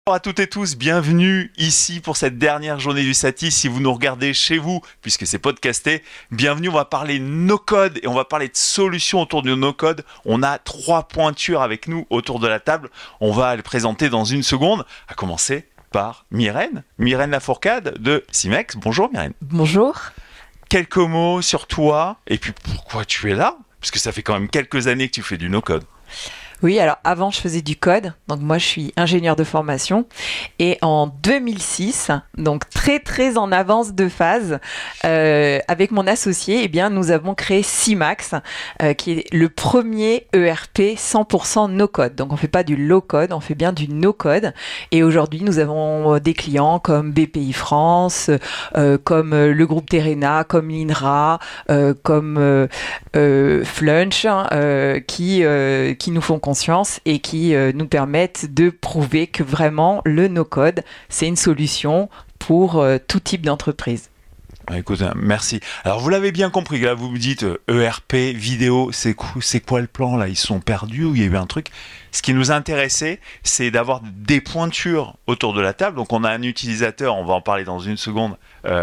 Bonjour à toutes et tous, bienvenue ici pour cette dernière journée du Satis. Si vous nous regardez chez vous, puisque c'est podcasté, bienvenue, on va parler no-code et on va parler de solutions autour du no-code. On a 3 pointures avec nous autour de la table, on va les présenter dans une seconde, à commencer par Myrène Lafourcade de Simex. Bonjour Myrène. Bonjour. Quelques mots sur toi et puis pourquoi tu es là, parce que ça fait quand même quelques années que tu fais du no-code. Oui, alors avant je faisais du code, donc moi je suis ingénieur de formation et en 2006, donc très en avance de phase, avec mon associé, eh bien nous avons créé Simax, qui est le premier ERP 100% no-code. Donc on fait pas du low-code, on fait bien du no-code. Et aujourd'hui nous avons des clients comme BPI France, comme le groupe Terena, comme l'INRA, comme Flunch, qui nous font confiance et qui nous permettent de prouver que vraiment le no-code, c'est une solution pour tout type d'entreprise. Écoute, merci. Alors vous l'avez bien compris, là vous me dites ERP, vidéo, c'est quoi le plan là? Ils sont perdus ou il y a eu un truc? Ce qui nous intéressait, c'est d'avoir des pointures autour de la table. Donc on a un utilisateur, on va en parler dans une seconde,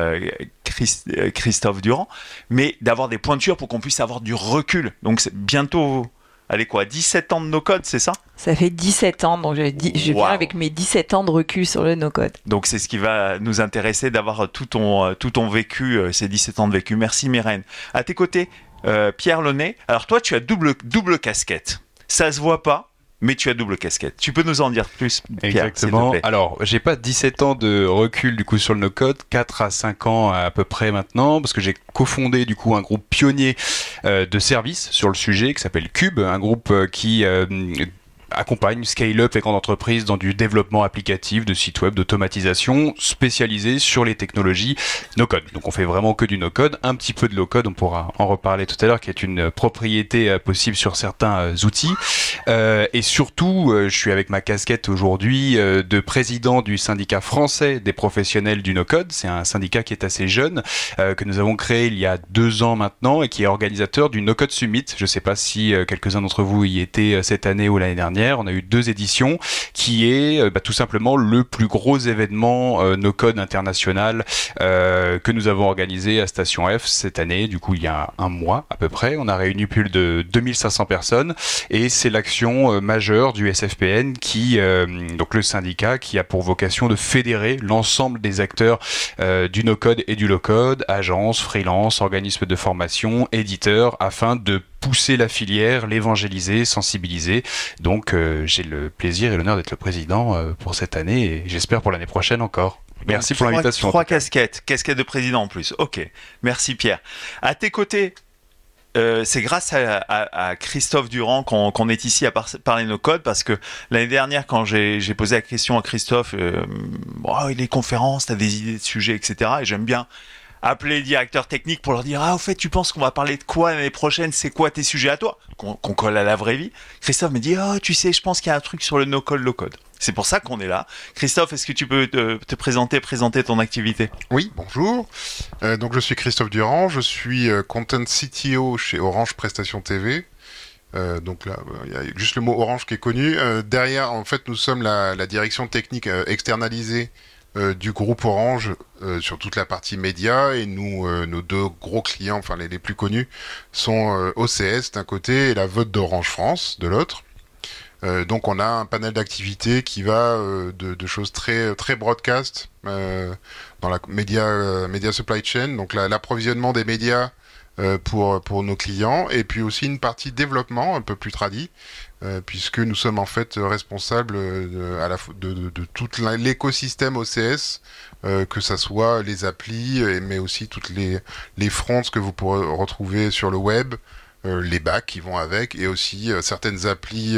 Christophe Durand, mais d'avoir des pointures pour qu'on puisse avoir du recul. Donc c'est bientôt... Allez quoi, 17 ans de no-code, c'est ça? Ça fait 17 ans, donc je viens avec mes 17 ans de recul sur le no-code. Donc c'est ce qui va nous intéresser, d'avoir tout ton vécu, ces 17 ans de vécu. Merci Myrène. À tes côtés, Pierre Launay. Alors toi, tu as double casquette. Ça se voit pas, mais tu as double casquette. Tu peux nous en dire plus, Pierre? Exactement. Alors, j'ai pas 17 ans de recul du coup sur le no-code, 4 à 5 ans à peu près maintenant, parce que j'ai cofondé du coup un groupe pionnier de services sur le sujet qui s'appelle Cube, un groupe qui accompagne scale-up et grandes entreprises dans du développement applicatif, de sites web, d'automatisation, spécialisé sur les technologies no-code. Donc on fait vraiment que du no-code, un petit peu de low-code, on pourra en reparler tout à l'heure, qui est une propriété possible sur certains outils. Et surtout, je suis avec ma casquette aujourd'hui de président du syndicat français des professionnels du no-code. C'est un syndicat qui est assez jeune, que nous avons créé il y a 2 ans maintenant et qui est organisateur du No-Code Summit. Je ne sais pas si quelques-uns d'entre vous y étaient cette année ou l'année dernière. On a eu 2 éditions, qui est tout simplement le plus gros événement no-code international que nous avons organisé à Station F cette année. Du coup, il y a un mois à peu près. On a réuni plus de 2500 personnes et c'est l'action majeure du SFPN, donc le syndicat qui a pour vocation de fédérer l'ensemble des acteurs du no-code et du low-code, agences, freelance, organismes de formation, éditeurs, afin de pousser la filière, l'évangéliser, sensibiliser. Donc j'ai le plaisir et l'honneur d'être le président pour cette année et j'espère pour l'année prochaine encore. Merci pour l'invitation. 3 casquettes de président en plus. Ok, merci Pierre. À tes côtés, c'est grâce à Christophe Durand qu'on est ici à parler no-code, parce que l'année dernière, quand j'ai posé la question à Christophe, les conférences, t'as des idées de sujets, etc. Et j'aime bien appeler les directeurs techniques pour leur dire au fait, tu penses qu'on va parler de quoi l'année prochaine, c'est quoi tes sujets à toi, qu'on colle à la vraie vie. Christophe me dit tu sais, je pense qu'il y a un truc sur le no-code, low-code. C'est pour ça qu'on est là. Christophe, est-ce que tu peux te présenter ton activité? Oui, bonjour. Donc je suis Christophe Durand, je suis Content CTO chez Orange Prestations TV. Donc là, il y a juste le mot Orange qui est connu. Derrière, en fait, nous sommes la direction technique externalisée du groupe Orange sur toute la partie média, et nos 2 gros clients, enfin les plus connus, sont OCS d'un côté et la VOD d'Orange France de l'autre. Donc on a un panel d'activités qui va de choses très broadcast dans la média supply chain, donc l'approvisionnement des médias pour nos clients, et puis aussi une partie développement un peu plus tradie, puisque nous sommes en fait responsables de tout l'écosystème OCS, que ça soit les applis, mais aussi toutes les fronts que vous pourrez retrouver sur le web, les bacs qui vont avec, et aussi certaines applis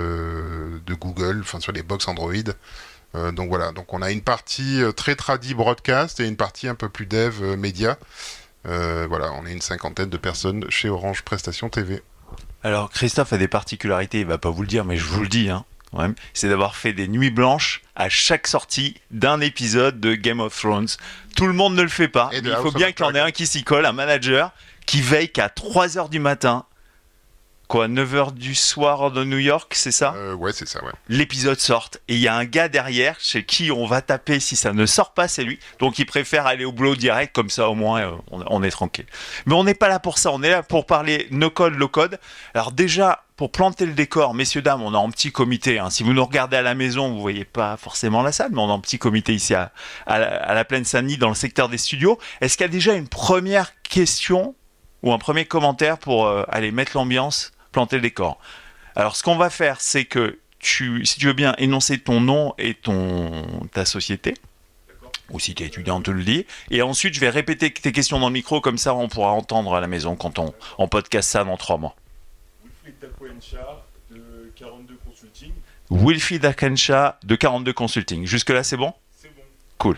de Google, enfin sur les box Android. Donc voilà, donc on a une partie très tradie broadcast et une partie un peu plus dev média. Voilà, on est une 50aine de personnes chez Orange Prestations TV. Alors Christophe a des particularités, il va pas vous le dire, mais je vous le dis, c'est d'avoir fait des nuits blanches à chaque sortie d'un épisode de Game of Thrones. Tout le monde ne le fait pas, mais il faut bien qu'il y en ait un qui s'y colle, un manager qui veille qu'à 3h du matin, quoi, 9h du soir de New York, c'est ça? Ouais, c'est ça, ouais. L'épisode sort et il y a un gars derrière chez qui on va taper si ça ne sort pas, c'est lui. Donc il préfère aller au boulot direct, comme ça au moins on est tranquille. Mais on n'est pas là pour ça, on est là pour parler no code, low code. Alors déjà, pour planter le décor, messieurs, dames, on est en petit comité. Si vous nous regardez à la maison, vous voyez pas forcément la salle, mais on est en petit comité ici à la Plaine Saint-Denis, dans le secteur des studios. Est-ce qu'il y a déjà une première question ou un premier commentaire pour aller mettre l'ambiance, planter le décor? Alors ce qu'on va faire, c'est que si tu veux bien énoncer ton nom et ta société, ou si tu es étudiant, on te le dit, et ensuite je vais répéter tes questions dans le micro, comme ça on pourra entendre à la maison quand on podcast ça dans 3 mois. Wilfried Dakoencha de 42 Consulting. Wilfried Dakoencha de 42 Consulting. Jusque-là, c'est bon? C'est bon. Cool.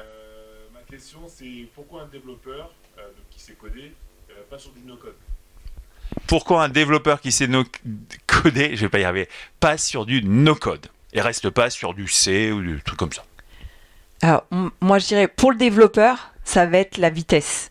Ma question, c'est pourquoi un développeur qui sait coder pas sur du no-code? Pourquoi un développeur qui sait coder, je vais pas y arriver, passe sur du no-code et reste pas sur du C ou du truc comme ça? Alors, moi, je dirais, pour le développeur, ça va être la vitesse.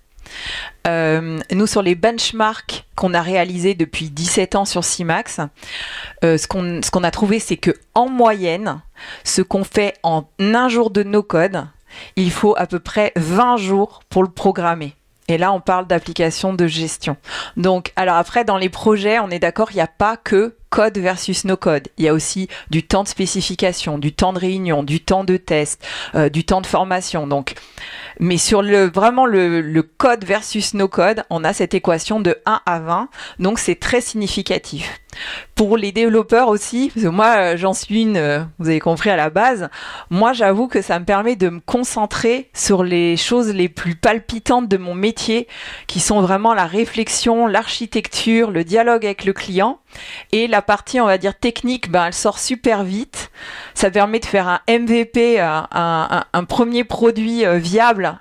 Nous, sur les benchmarks qu'on a réalisés depuis 17 ans sur CMAX, ce qu'on a trouvé, c'est qu'en moyenne, ce qu'on fait en un jour de no-code, il faut à peu près 20 jours pour le programmer. Et là, on parle d'application de gestion. Donc, alors après, dans les projets, on est d'accord, il n'y a pas que code versus no code. Il y a aussi du temps de spécification, du temps de réunion, du temps de test, du temps de formation. Donc, mais sur vraiment le code versus no code, on a cette équation de 1 à 20. Donc, c'est très significatif. Pour les développeurs aussi, parce que moi, j'en suis une, vous avez compris à la base, moi, j'avoue que ça me permet de me concentrer sur les choses les plus palpitantes de mon métier, qui sont vraiment la réflexion, l'architecture, le dialogue avec le client. Et la partie, on va dire, technique, elle sort super vite. Ça permet de faire un MVP, un premier produit viable,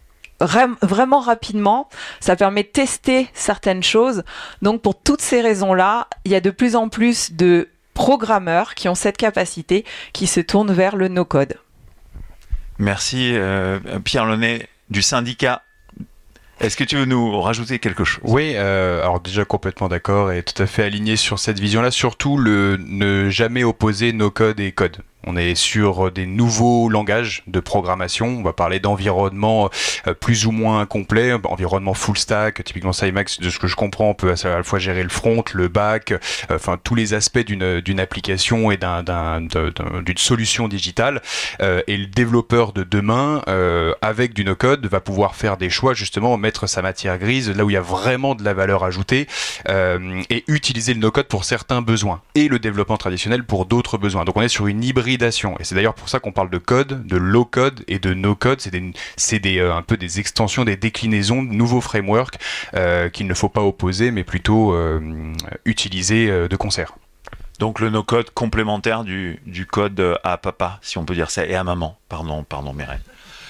vraiment rapidement. Ça permet de tester certaines choses. Donc, pour toutes ces raisons-là, il y a de plus en plus de programmeurs qui ont cette capacité, qui se tournent vers le no-code. Merci Pierre Launay du syndicat. Est-ce que tu veux nous rajouter quelque chose? Oui, alors déjà complètement d'accord et tout à fait aligné sur cette vision-là. Surtout le ne jamais opposer no code et code. On est sur des nouveaux langages de programmation. On va parler d'environnement plus ou moins complet, environnement full stack. Typiquement, CMAX, de ce que je comprends, on peut à la fois gérer le front, le back, enfin tous les aspects d'une application et d'une solution digitale. Et le développeur de demain, avec du no-code, va pouvoir faire des choix, justement, mettre sa matière grise là où il y a vraiment de la valeur ajoutée et utiliser le no-code pour certains besoins et le développement traditionnel pour d'autres besoins. Donc on est sur une hybridation. Et c'est d'ailleurs pour ça qu'on parle de code, de low code et de no code. C'est un peu des extensions, des déclinaisons de nouveaux frameworks qu'il ne faut pas opposer, mais plutôt utiliser de concert. Donc le no code complémentaire du code à papa, si on peut dire ça, et à maman. Pardon, Mireille.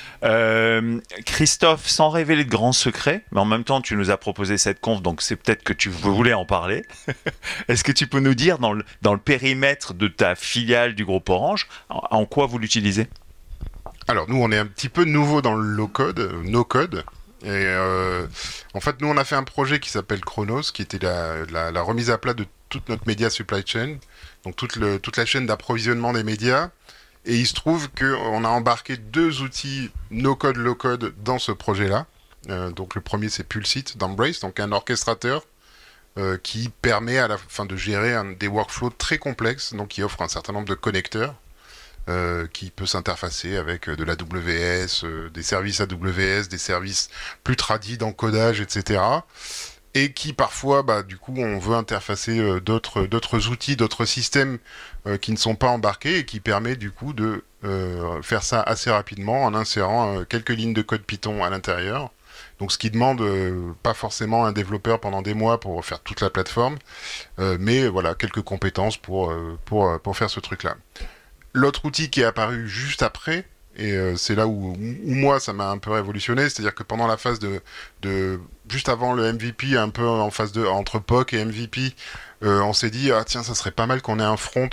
Christophe, sans révéler de grands secrets, mais en même temps tu nous as proposé cette conf, donc c'est peut-être que tu voulais en parler. Est-ce que tu peux nous dire dans le périmètre de ta filiale du groupe Orange, en quoi vous l'utilisez? Alors nous on est un petit peu nouveau dans le low code, no code. Et en fait nous on a fait un projet qui s'appelle Chronos, qui était la remise à plat de toute notre média supply chain, donc toute la chaîne d'approvisionnement des médias. Et il se trouve qu'on a embarqué 2 outils no-code, low-code dans ce projet-là. Donc le premier, c'est Pulseit d'Embrace, donc un orchestrateur qui permet à la fin de gérer des workflows très complexes, donc qui offre un certain nombre de connecteurs, qui peut s'interfacer avec de l'AWS, des services AWS, des services plus tradis d'encodage, etc. Et qui parfois, du coup, on veut interfacer d'autres outils, d'autres systèmes qui ne sont pas embarqués et qui permet du coup de faire ça assez rapidement en insérant quelques lignes de code Python à l'intérieur. Donc ce qui demande pas forcément un développeur pendant des mois pour faire toute la plateforme, mais voilà, quelques compétences pour faire ce truc-là. L'autre outil qui est apparu juste après, et c'est là où moi ça m'a un peu révolutionné, c'est-à-dire que pendant la phase de juste avant le MVP, un peu en phase de entre POC et MVP, on s'est dit tiens, ça serait pas mal qu'on ait un front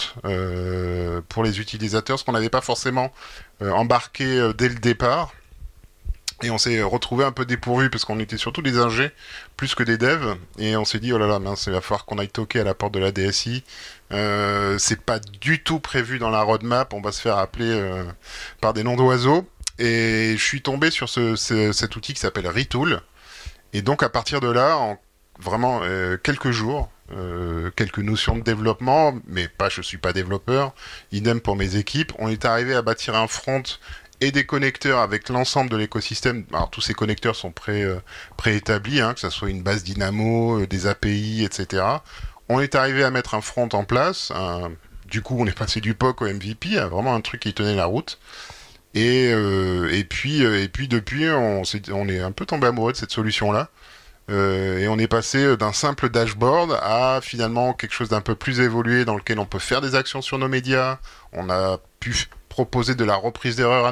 pour les utilisateurs, ce qu'on n'avait pas forcément embarqué dès le départ. Et on s'est retrouvé un peu dépourvu parce qu'on était surtout des ingés plus que des devs. Et on s'est dit, oh là là, mince, il va falloir qu'on aille toquer à la porte de la DSI. C'est pas du tout prévu dans la roadmap. On va se faire appeler par des noms d'oiseaux. Et je suis tombé sur cet outil qui s'appelle Retool. Et donc à partir de là, en vraiment quelques jours, quelques notions de développement, mais pas, je suis pas développeur. Idem pour mes équipes. On est arrivé à bâtir un front et des connecteurs avec l'ensemble de l'écosystème. Alors tous ces connecteurs sont préétablis, que ce soit une base Dynamo, des API, etc. On est arrivé à mettre un front en place. Du coup, on est passé du POC au MVP, à vraiment un truc qui tenait la route. Et puis depuis, on est un peu tombé amoureux de cette solution-là. Et on est passé d'un simple dashboard à finalement quelque chose d'un peu plus évolué dans lequel on peut faire des actions sur nos médias. On a pu proposer de la reprise d'erreurs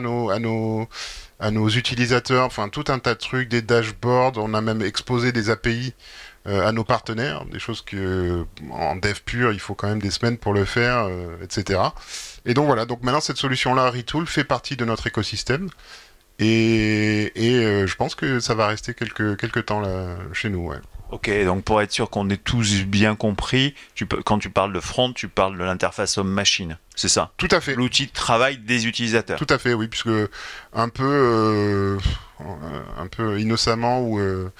à nos utilisateurs, enfin tout un tas de trucs, des dashboards. On a même exposé des API à nos partenaires, des choses que en dev pur il faut quand même des semaines pour le faire, etc. Et donc voilà, donc maintenant cette solution-là, Retool, fait partie de notre écosystème. Et je pense que ça va rester quelques temps là, chez nous. Ouais. Ok, donc pour être sûr qu'on ait tous bien compris, quand tu parles de front, tu parles de l'interface homme-machine, c'est ça? Tout à fait. L'outil de travail des utilisateurs. Tout à fait, oui, puisque un peu innocemment ou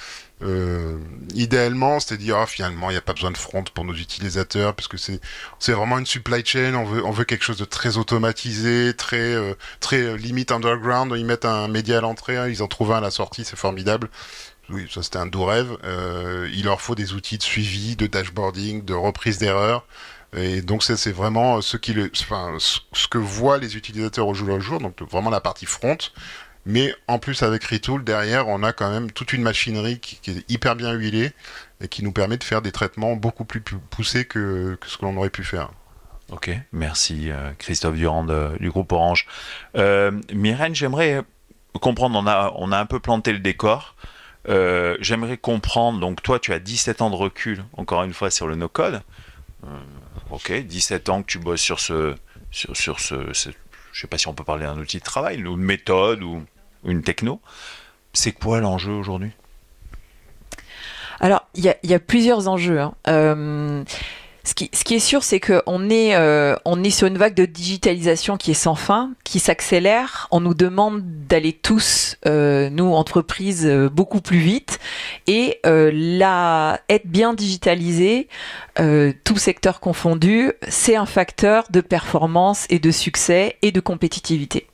idéalement, c'est-à-dire finalement il n'y a pas besoin de front pour nos utilisateurs, parce que c'est vraiment une supply chain. On veut quelque chose de très automatisé, très limite underground. Ils mettent un média à l'entrée, ils en trouvent un à la sortie, c'est formidable. Oui, ça c'était un doux rêve. Il leur faut des outils de suivi, de dashboarding, de reprise d'erreurs. Et donc c'est vraiment ce que voient les utilisateurs au jour le jour, donc vraiment la partie front. Mais en plus avec Retool, derrière, on a quand même toute une machinerie qui est hyper bien huilée et qui nous permet de faire des traitements beaucoup plus poussés que ce que l'on aurait pu faire. Ok, merci Christophe Durand du groupe Orange. Myrène, j'aimerais comprendre, on a un peu planté le décor. J'aimerais comprendre, donc toi tu as 17 ans de recul, encore une fois, sur le no-code. Ok, 17 ans que tu bosses sur ce je sais pas si on peut parler d'un outil de travail, ou une méthode, ou une techno. C'est quoi l'enjeu aujourd'hui? Alors, il y a plusieurs enjeux. Ce qui est sûr, c'est qu'on est sur une vague de digitalisation qui est sans fin, qui s'accélère. On nous demande d'aller tous, nous, entreprises, beaucoup plus vite. Et être bien digitalisé, tout secteur confondu, c'est un facteur de performance et de succès et de compétitivité.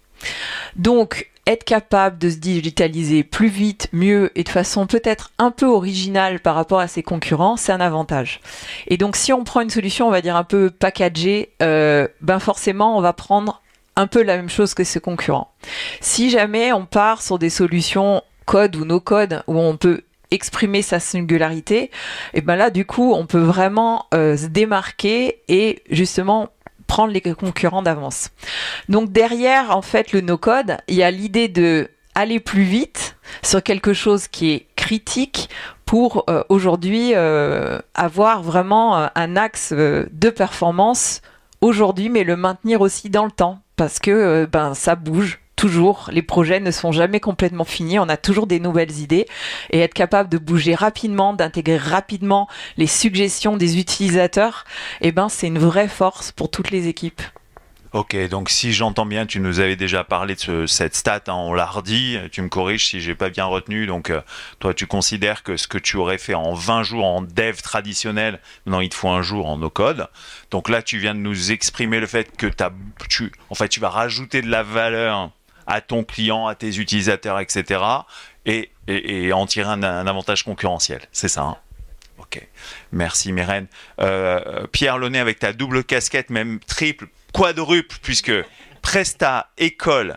Donc, être capable de se digitaliser plus vite, mieux et de façon peut-être un peu originale par rapport à ses concurrents, c'est un avantage. Et donc si on prend une solution, on va dire un peu packagée, forcément on va prendre un peu la même chose que ses concurrents. Si jamais on part sur des solutions code ou no code où on peut exprimer sa singularité, et ben là du coup on peut vraiment se démarquer et justement prendre les concurrents d'avance. Donc derrière, en fait, le no-code, il y a l'idée de aller plus vite sur quelque chose qui est critique pour aujourd'hui avoir vraiment un axe de performance aujourd'hui, mais le maintenir aussi dans le temps, parce que ça bouge. Toujours, les projets ne sont jamais complètement finis, on a toujours des nouvelles idées et être capable de bouger rapidement, d'intégrer rapidement les suggestions des utilisateurs, c'est une vraie force pour toutes les équipes. Ok, donc si j'entends bien, tu nous avais déjà parlé de cette stat, on l'a redit, tu me corriges si j'ai pas bien retenu, donc toi tu considères que ce que tu aurais fait en 20 jours en dev traditionnel, non, il te faut un jour en no-code. Donc là tu viens de nous exprimer le fait que tu vas rajouter de la valeur à ton client, à tes utilisateurs, etc. et en tirer un avantage concurrentiel. C'est ça, hein? Ok. Merci, Myrène. Pierre Launay, avec ta double casquette, même triple, quadruple, puisque Presta École,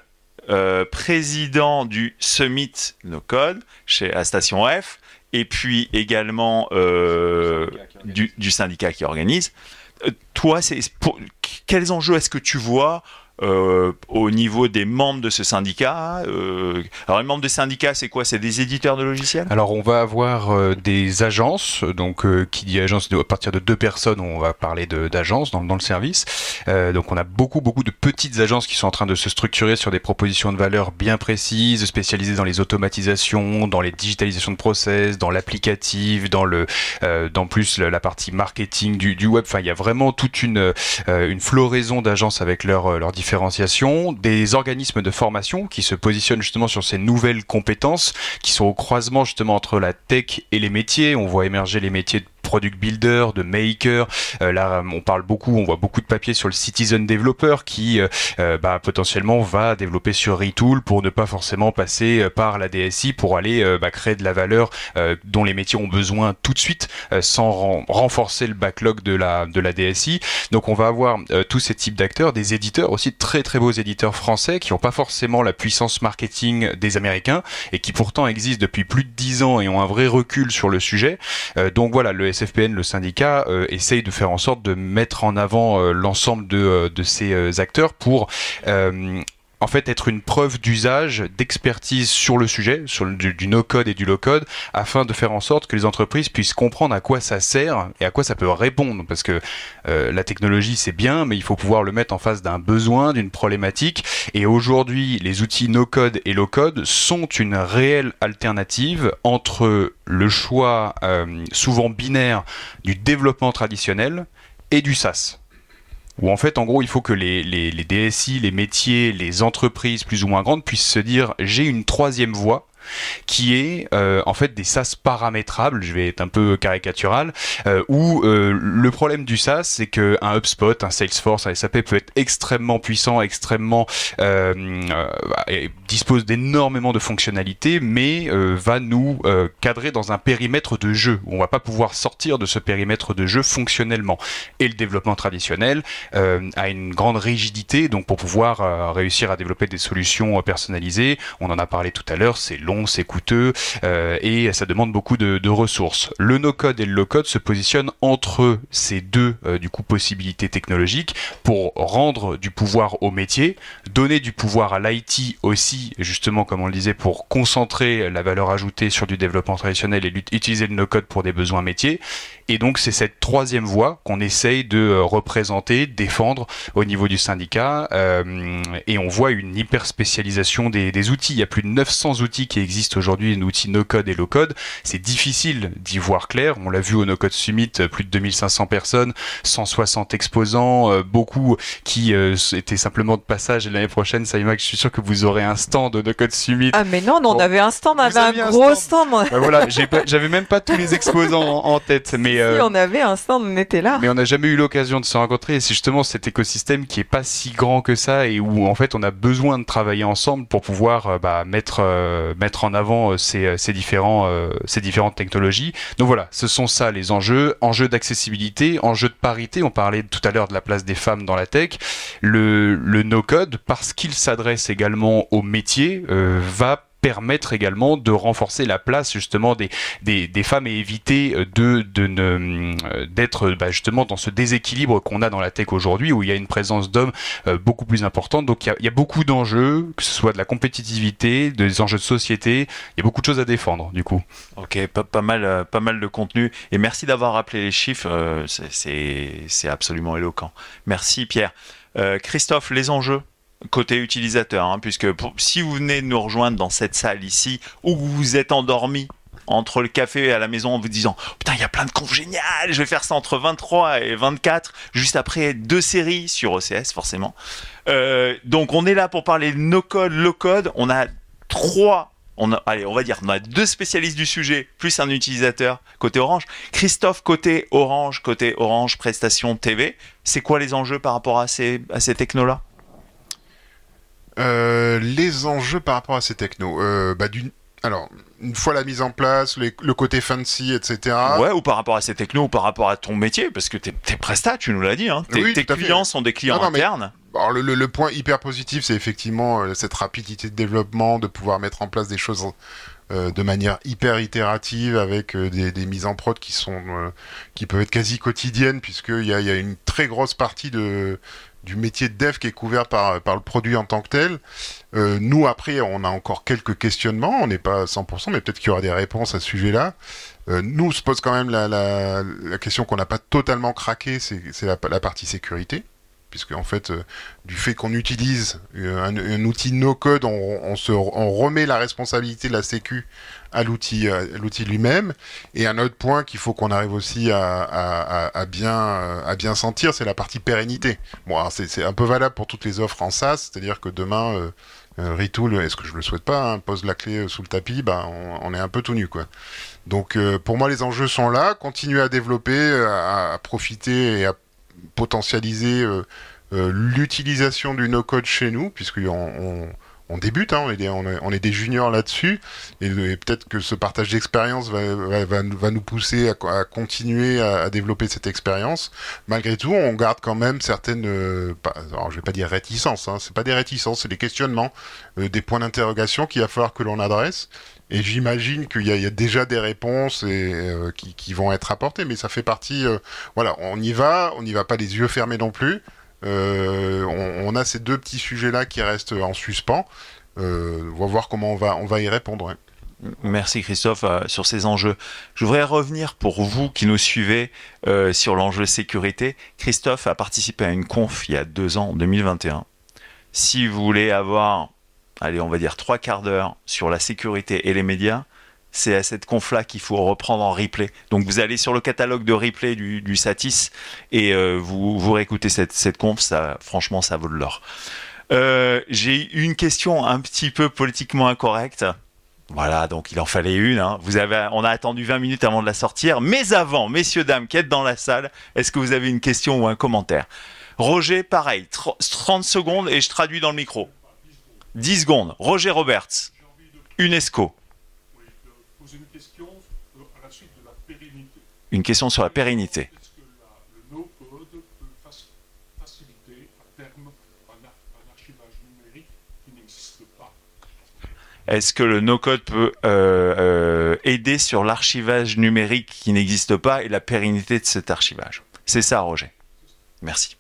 président du Summit No Code à Station F, et puis également du syndicat qui organise. Toi, quels enjeux est-ce que tu vois au niveau des membres de ce syndicat. Alors les membres de syndicat, c'est quoi? C'est des éditeurs de logiciels? Alors on va avoir des agences, donc qui dit agence, à partir de 2 personnes, on va parler d'agences dans le service. Donc on a beaucoup de petites agences qui sont en train de se structurer sur des propositions de valeur bien précises, spécialisées dans les automatisations, dans les digitalisations de process, dans l'applicatif, dans plus la partie marketing du web. Enfin, il y a vraiment toute une floraison d'agences avec leur différenciation, des organismes de formation qui se positionnent justement sur ces nouvelles compétences qui sont au croisement justement entre la tech et les métiers. On voit émerger les métiers de product builder, de maker. Là, on voit beaucoup de papiers sur le citizen developer qui potentiellement va développer sur Retool pour ne pas forcément passer par la DSI pour aller créer de la valeur dont les métiers ont besoin tout de suite sans renforcer le backlog de la DSI. Donc on va avoir tous ces types d'acteurs, des éditeurs aussi, de très très beaux éditeurs français qui n'ont pas forcément la puissance marketing des Américains et qui pourtant existent depuis plus de 10 ans et ont un vrai recul sur le sujet. Donc voilà, le SFPN, le syndicat, essaye de faire en sorte de mettre en avant l'ensemble de ces acteurs pour en fait être une preuve d'usage, d'expertise sur le sujet, sur du no-code et du low-code, afin de faire en sorte que les entreprises puissent comprendre à quoi ça sert et à quoi ça peut répondre. Parce que la technologie, c'est bien, mais il faut pouvoir le mettre en face d'un besoin, d'une problématique. Et aujourd'hui, les outils no-code et low-code sont une réelle alternative entre le choix souvent binaire du développement traditionnel et du SaaS. Où en fait, en gros, il faut que les DSI, les métiers, les entreprises plus ou moins grandes puissent se dire « j'ai une troisième voie » qui est en fait des SaaS paramétrables, je vais être un peu caricatural, où le problème du SaaS, c'est qu'un HubSpot, un Salesforce, un SAP peut être extrêmement puissant, extrêmement dispose d'énormément de fonctionnalités, mais va nous cadrer dans un périmètre de jeu, où on va pas pouvoir sortir de ce périmètre de jeu fonctionnellement. Et le développement traditionnel a une grande rigidité, donc pour pouvoir réussir à développer des solutions personnalisées, on en a parlé tout à l'heure, c'est long, c'est coûteux et ça demande beaucoup de ressources. Le no-code et le low-code se positionnent entre ces deux possibilités technologiques pour rendre du pouvoir au métier, donner du pouvoir à l'IT aussi, justement comme on le disait, pour concentrer la valeur ajoutée sur du développement traditionnel et utiliser le no-code pour des besoins métiers. Et donc c'est cette troisième voie qu'on essaye de représenter, défendre au niveau du syndicat et on voit une hyper spécialisation des outils. Il y a plus de 900 outils qui existent aujourd'hui, outils no-code et low-code. C'est difficile d'y voir clair. On l'a vu au No-Code Summit, plus de 2500 personnes, 160 exposants, beaucoup qui étaient simplement de passage. Et l'année prochaine, Saïma, je suis sûr que vous aurez un stand au No-Code Summit. Ah mais non, on avait un stand, on avait un gros stand. Voilà, j'avais même pas tous les exposants en tête, mais si on avait un stand, on était là. Mais on n'a jamais eu l'occasion de se rencontrer. Et c'est justement cet écosystème qui est pas si grand que ça et où en fait on a besoin de travailler ensemble pour pouvoir mettre en avant ces différentes technologies. Donc voilà, ce sont ça les enjeux d'accessibilité, enjeux de parité. On parlait tout à l'heure de la place des femmes dans la tech. Le no-code, parce qu'il s'adresse également aux métiers, va permettre également de renforcer la place justement des femmes et éviter d'être justement dans ce déséquilibre qu'on a dans la tech aujourd'hui où il y a une présence d'hommes beaucoup plus importante. Donc il y a beaucoup d'enjeux, que ce soit de la compétitivité, des enjeux de société, il y a beaucoup de choses à défendre du coup. Ok, pas mal de contenu et merci d'avoir rappelé les chiffres, c'est absolument éloquent. Merci Pierre. Christophe, les enjeux côté utilisateur, puisque si vous venez de nous rejoindre dans cette salle ici, ou vous vous êtes endormi entre le café et à la maison en vous disant « Putain, il y a plein de confs géniales, je vais faire ça entre 23 et 24, juste après 2 séries sur OCS, forcément. » Donc, on est là pour parler no-code, low-code. On a 2 spécialistes du sujet, plus un utilisateur côté Orange. Christophe, côté Orange Prestations TV, c'est quoi les enjeux par rapport à ces technos-là ? Les enjeux par rapport à ces technos, alors une fois la mise en place, le côté fancy, etc. Ouais, ou par rapport à ces technos, ou par rapport à ton métier, parce que t'es prestat, tu nous l'as dit, tes clients sont des clients internes. Alors le point hyper positif, c'est effectivement cette rapidité de développement, de pouvoir mettre en place des choses de manière hyper itérative avec des mises en prod qui peuvent être quasi quotidiennes puisqu'il y a une très grosse partie de du métier de dev qui est couvert par le produit en tant que tel. Nous, après, on a encore quelques questionnements. On n'est pas à 100%, mais peut-être qu'il y aura des réponses à ce sujet-là. Nous, se pose quand même la question qu'on n'a pas totalement craqué, c'est la partie sécurité. Puisque en fait, du fait qu'on utilise un outil no-code, on remet la responsabilité de la sécu à l'outil lui-même. Et un autre point qu'il faut qu'on arrive aussi à bien sentir, c'est la partie pérennité. Bon, alors c'est un peu valable pour toutes les offres en SaaS, c'est-à-dire que demain, Retool, est-ce que je le souhaite pas, pose la clé sous le tapis, on est un peu tout nu, quoi. Donc pour moi, les enjeux sont là, continuer à développer, à profiter et à potentialiser l'utilisation du no-code chez nous, puisqu'on débute, on est des juniors là-dessus, et peut-être que ce partage d'expérience va nous pousser à continuer à développer cette expérience. Malgré tout, on garde quand même certaines, alors je vais pas dire réticences, c'est pas des réticences, c'est des questionnements, des points d'interrogation qu'il va falloir que l'on adresse. Et j'imagine qu'il y a déjà des réponses qui vont être apportées, mais ça fait partie. Voilà, on n'y va pas les yeux fermés non plus. On a ces deux petits sujets-là qui restent en suspens. On va voir comment on va y répondre. Ouais. Merci Christophe sur ces enjeux. Je voudrais revenir pour vous qui nous suivez sur l'enjeu sécurité. Christophe a participé à une conf il y a 2 ans, en 2021. Si vous voulez avoir, allez, on va dire 3 quarts d'heure sur la sécurité et les médias, c'est à cette conf-là qu'il faut reprendre en replay. Donc vous allez sur le catalogue de replay du Satis et vous réécoutez cette conf, franchement ça vaut de l'or. J'ai une question un petit peu politiquement incorrecte. Voilà, donc il en fallait une. On a attendu 20 minutes avant de la sortir. Mais avant, messieurs, dames, qui êtes dans la salle, est-ce que vous avez une question ou un commentaire ? Roger, pareil, 30 secondes et je traduis dans le micro. 10 secondes. Roger Roberts, UNESCO. Poser une question à la suite de la pérennité. Une question sur la pérennité. Est-ce que le no-code peut faciliter à terme un archivage numérique qui n'existe pas? Est-ce que le no-code peut aider sur l'archivage numérique qui n'existe pas et la pérennité de cet archivage? C'est ça, Roger. Merci.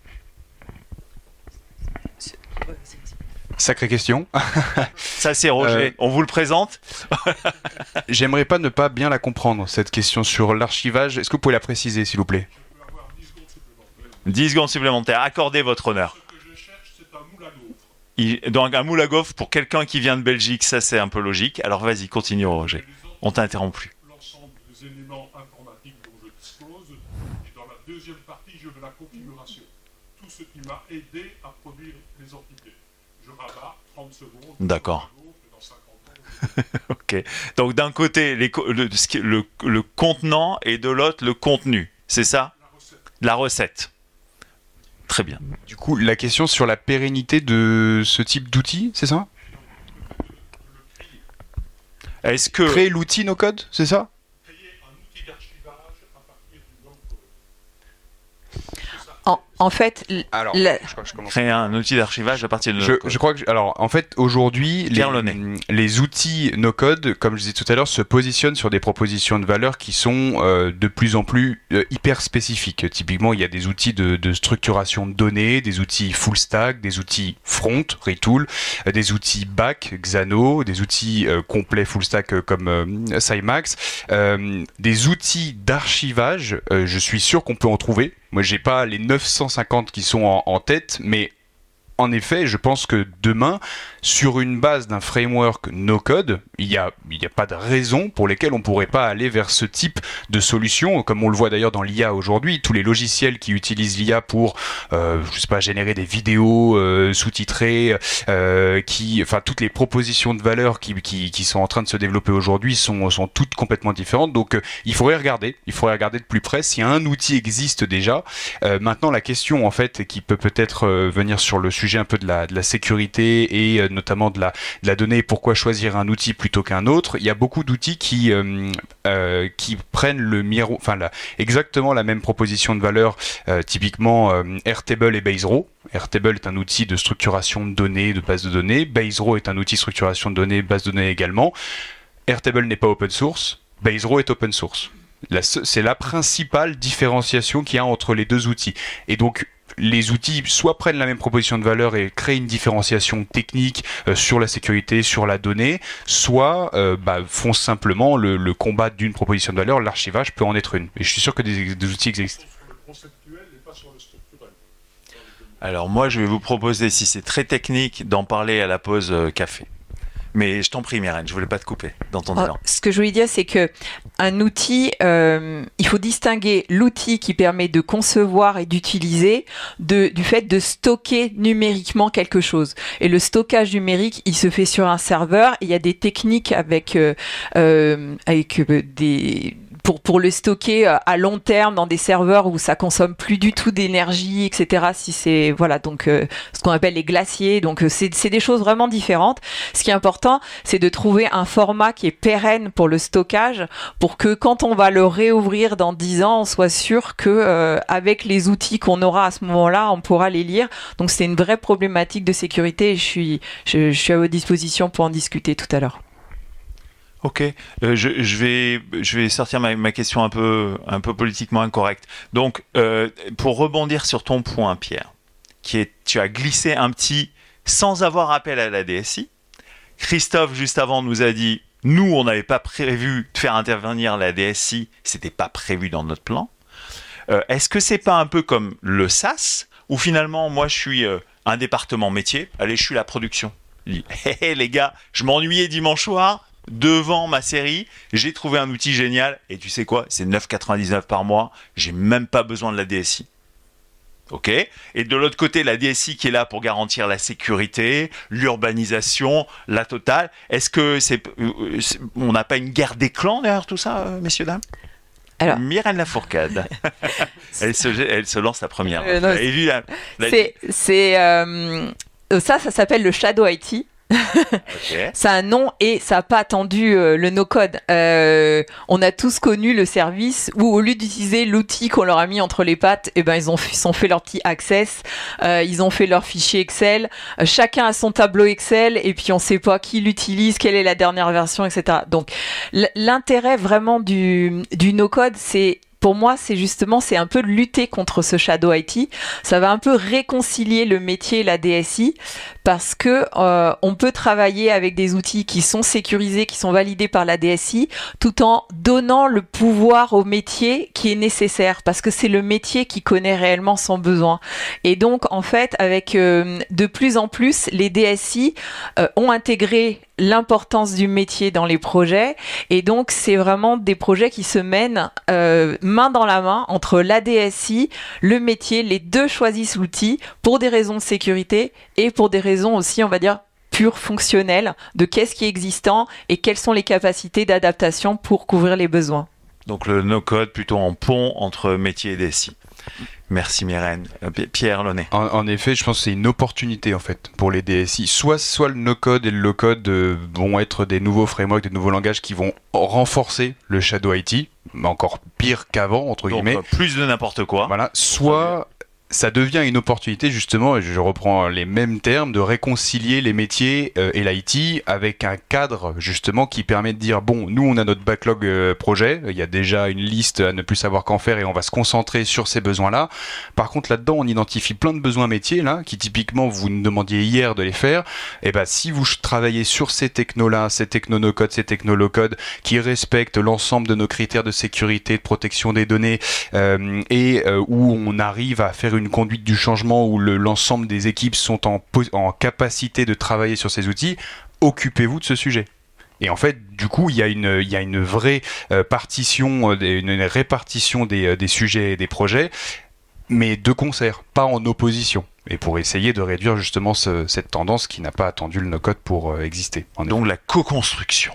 Sacrée question. Ça, c'est Roger. On vous le présente? J'aimerais pas ne pas bien la comprendre, cette question sur l'archivage. Est-ce que vous pouvez la préciser, s'il vous plaît? 10 secondes supplémentaires. Accordez votre honneur. Ce que je cherche, c'est un moule à gaufres. Donc, un moule à gaufres pour quelqu'un qui vient de Belgique, ça, c'est un peu logique. Alors, vas-y, continue, Roger. On t'a interrompu. L'ensemble des éléments informatiques dont je dispose. Et dans la deuxième partie, je veux la configuration. Tout ce qui m'a aidé à produire les entités. Je rabats 30 secondes. D'accord. Dans 50 ans, Ok. Donc d'un côté le contenant et de l'autre le contenu, c'est ça? La recette. Très bien. Du coup, la question sur la pérennité de ce type d'outil, c'est ça? Est-ce que Créer l'outil no-code, c'est ça? créer un outil d'archivage à partir du no-code. En fait, Alors, la- je crois que je commence. créer un outil d'archivage à partir de Je crois que alors en fait aujourd'hui Pierre Launay. les outils no code, comme je disais tout à l'heure, se positionnent sur des propositions de valeur qui sont de plus en plus hyper spécifiques. Typiquement, il y a des outils de structuration de données, des outils full stack, des outils front, Retool, des outils back, Xano, des outils complets full stack comme Cymax, des outils d'archivage. Je suis sûr qu'on peut en trouver. Moi, j'ai pas les 950 qui sont en tête, mais en effet, je pense que demain, sur une base d'un framework no-code, il y a pas de raison pour lesquelles on pourrait pas aller vers ce type de solution, comme on le voit d'ailleurs dans l'IA aujourd'hui. Tous les logiciels qui utilisent l'IA pour, je sais pas, générer des vidéos sous-titrées, toutes les propositions de valeur qui sont en train de se développer aujourd'hui sont toutes complètement différentes. Donc, il faudrait regarder de plus près si un outil existe déjà. Maintenant, la question en fait qui peut peut-être venir sur le sujet un peu de la sécurité et notamment de la donnée, pourquoi choisir un outil plutôt qu'un autre. Il y a beaucoup d'outils qui prennent exactement la même proposition de valeur, typiquement Airtable et Baserow. Airtable est un outil de structuration de données, de base de données. Baserow est un outil de structuration de données, base de données également. Airtable n'est pas open source, Baserow est open source. C'est la principale différenciation qu'il y a entre les deux outils. Et donc, les outils soit prennent la même proposition de valeur et créent une différenciation technique sur la sécurité, sur la donnée, soit font simplement le combat d'une proposition de valeur. L'archivage peut en être une. Et je suis sûr que des outils existent. Sur le conceptuel et pas sur le structurel. Alors moi, je vais vous proposer, si c'est très technique, d'en parler à la pause café. Mais je t'en prie, Myrène, je voulais pas te couper dans ton élan. Ce que je voulais dire, c'est que un outil, il faut distinguer l'outil qui permet de concevoir et d'utiliser du fait de stocker numériquement quelque chose. Et le stockage numérique, il se fait sur un serveur. Il y a des techniques avec des pour le stocker à long terme dans des serveurs où ça consomme plus du tout d'énergie, etc. Si c'est voilà, donc ce qu'on appelle les glaciers. Donc c'est des choses vraiment différentes. Ce qui est important, c'est de trouver un format qui est pérenne pour le stockage, pour que quand on va le réouvrir dans 10 ans, on soit sûr que avec les outils qu'on aura à ce moment-là, on pourra les lire. Donc c'est une vraie problématique de sécurité et je suis à votre disposition pour en discuter tout à l'heure. Ok, je vais sortir ma question un peu politiquement incorrecte. Donc, pour rebondir sur ton point, Pierre, tu as glissé un petit sans avoir appel à la DSI. Christophe, juste avant, nous a dit, nous, on n'avait pas prévu de faire intervenir la DSI, c'était pas prévu dans notre plan. Est-ce que c'est pas un peu comme le SaaS, où finalement, moi, je suis un département métier, allez, je suis la production. Je dis, hé, les gars, je m'ennuyais dimanche soir, devant ma série, j'ai trouvé un outil génial et tu sais quoi, c'est 9,99 par mois, j'ai même pas besoin de la DSI. Ok ? Et de l'autre côté, la DSI qui est là pour garantir la sécurité, l'urbanisation, la totale. Est-ce que on n'a pas une guerre des clans derrière tout ça, messieurs, dames ? Alors, Myrène Lafourcade. elle se lance la première. Non, ça s'appelle le Shadow IT. Okay. Ça a un nom et ça n'a pas attendu le no-code. On a tous connu le service où au lieu d'utiliser l'outil qu'on leur a mis entre les pattes, ils ont fait leur petit access, ils ont fait leur fichier Excel, chacun a son tableau Excel et puis on ne sait pas qui l'utilise, quelle est la dernière version, etc. Donc l'intérêt vraiment du no-code, pour moi, c'est un peu de lutter contre ce shadow IT. Ça va un peu réconcilier le métier et la DSI parce que on peut travailler avec des outils qui sont sécurisés, qui sont validés par la DSI, tout en donnant le pouvoir au métier qui est nécessaire parce que c'est le métier qui connaît réellement son besoin. Et donc, en fait, avec de plus en plus, les DSI ont intégré l'importance du métier dans les projets et donc c'est vraiment des projets qui se mènent main dans la main entre la DSI, le métier, les deux choisissent l'outil pour des raisons de sécurité et pour des raisons aussi, on va dire, pure fonctionnelles de qu'est-ce qui est existant et quelles sont les capacités d'adaptation pour couvrir les besoins. Donc le no-code plutôt en pont entre métier et DSI. Merci Myrène. Pierre Launay. En effet, je pense que c'est une opportunité en fait pour les DSI. Soit le no-code et le low-code vont être des nouveaux frameworks, des nouveaux langages qui vont renforcer le shadow IT, mais encore pire qu'avant entre guillemets. Donc plus de n'importe quoi. Voilà. Soit ça devient une opportunité justement, et je reprends les mêmes termes, de réconcilier les métiers et l'IT avec un cadre justement qui permet de dire bon, nous on a notre backlog projet, il y a déjà une liste à ne plus savoir qu'en faire et on va se concentrer sur ces besoins-là. Par contre là-dedans on identifie plein de besoins métiers là, qui typiquement vous nous demandiez hier de les faire. Et si vous travaillez sur ces technos-là, ces techno no-code, ces techno low-code qui respectent l'ensemble de nos critères de sécurité, de protection des données et où on arrive à faire une conduite du changement où l'ensemble des équipes sont en capacité de travailler sur ces outils, occupez-vous de ce sujet. Et en fait, du coup, il y a une vraie partition, une répartition des sujets et des projets, mais de concert, pas en opposition. Et pour essayer de réduire justement cette tendance qui n'a pas attendu le no-code pour exister. Donc la co-construction.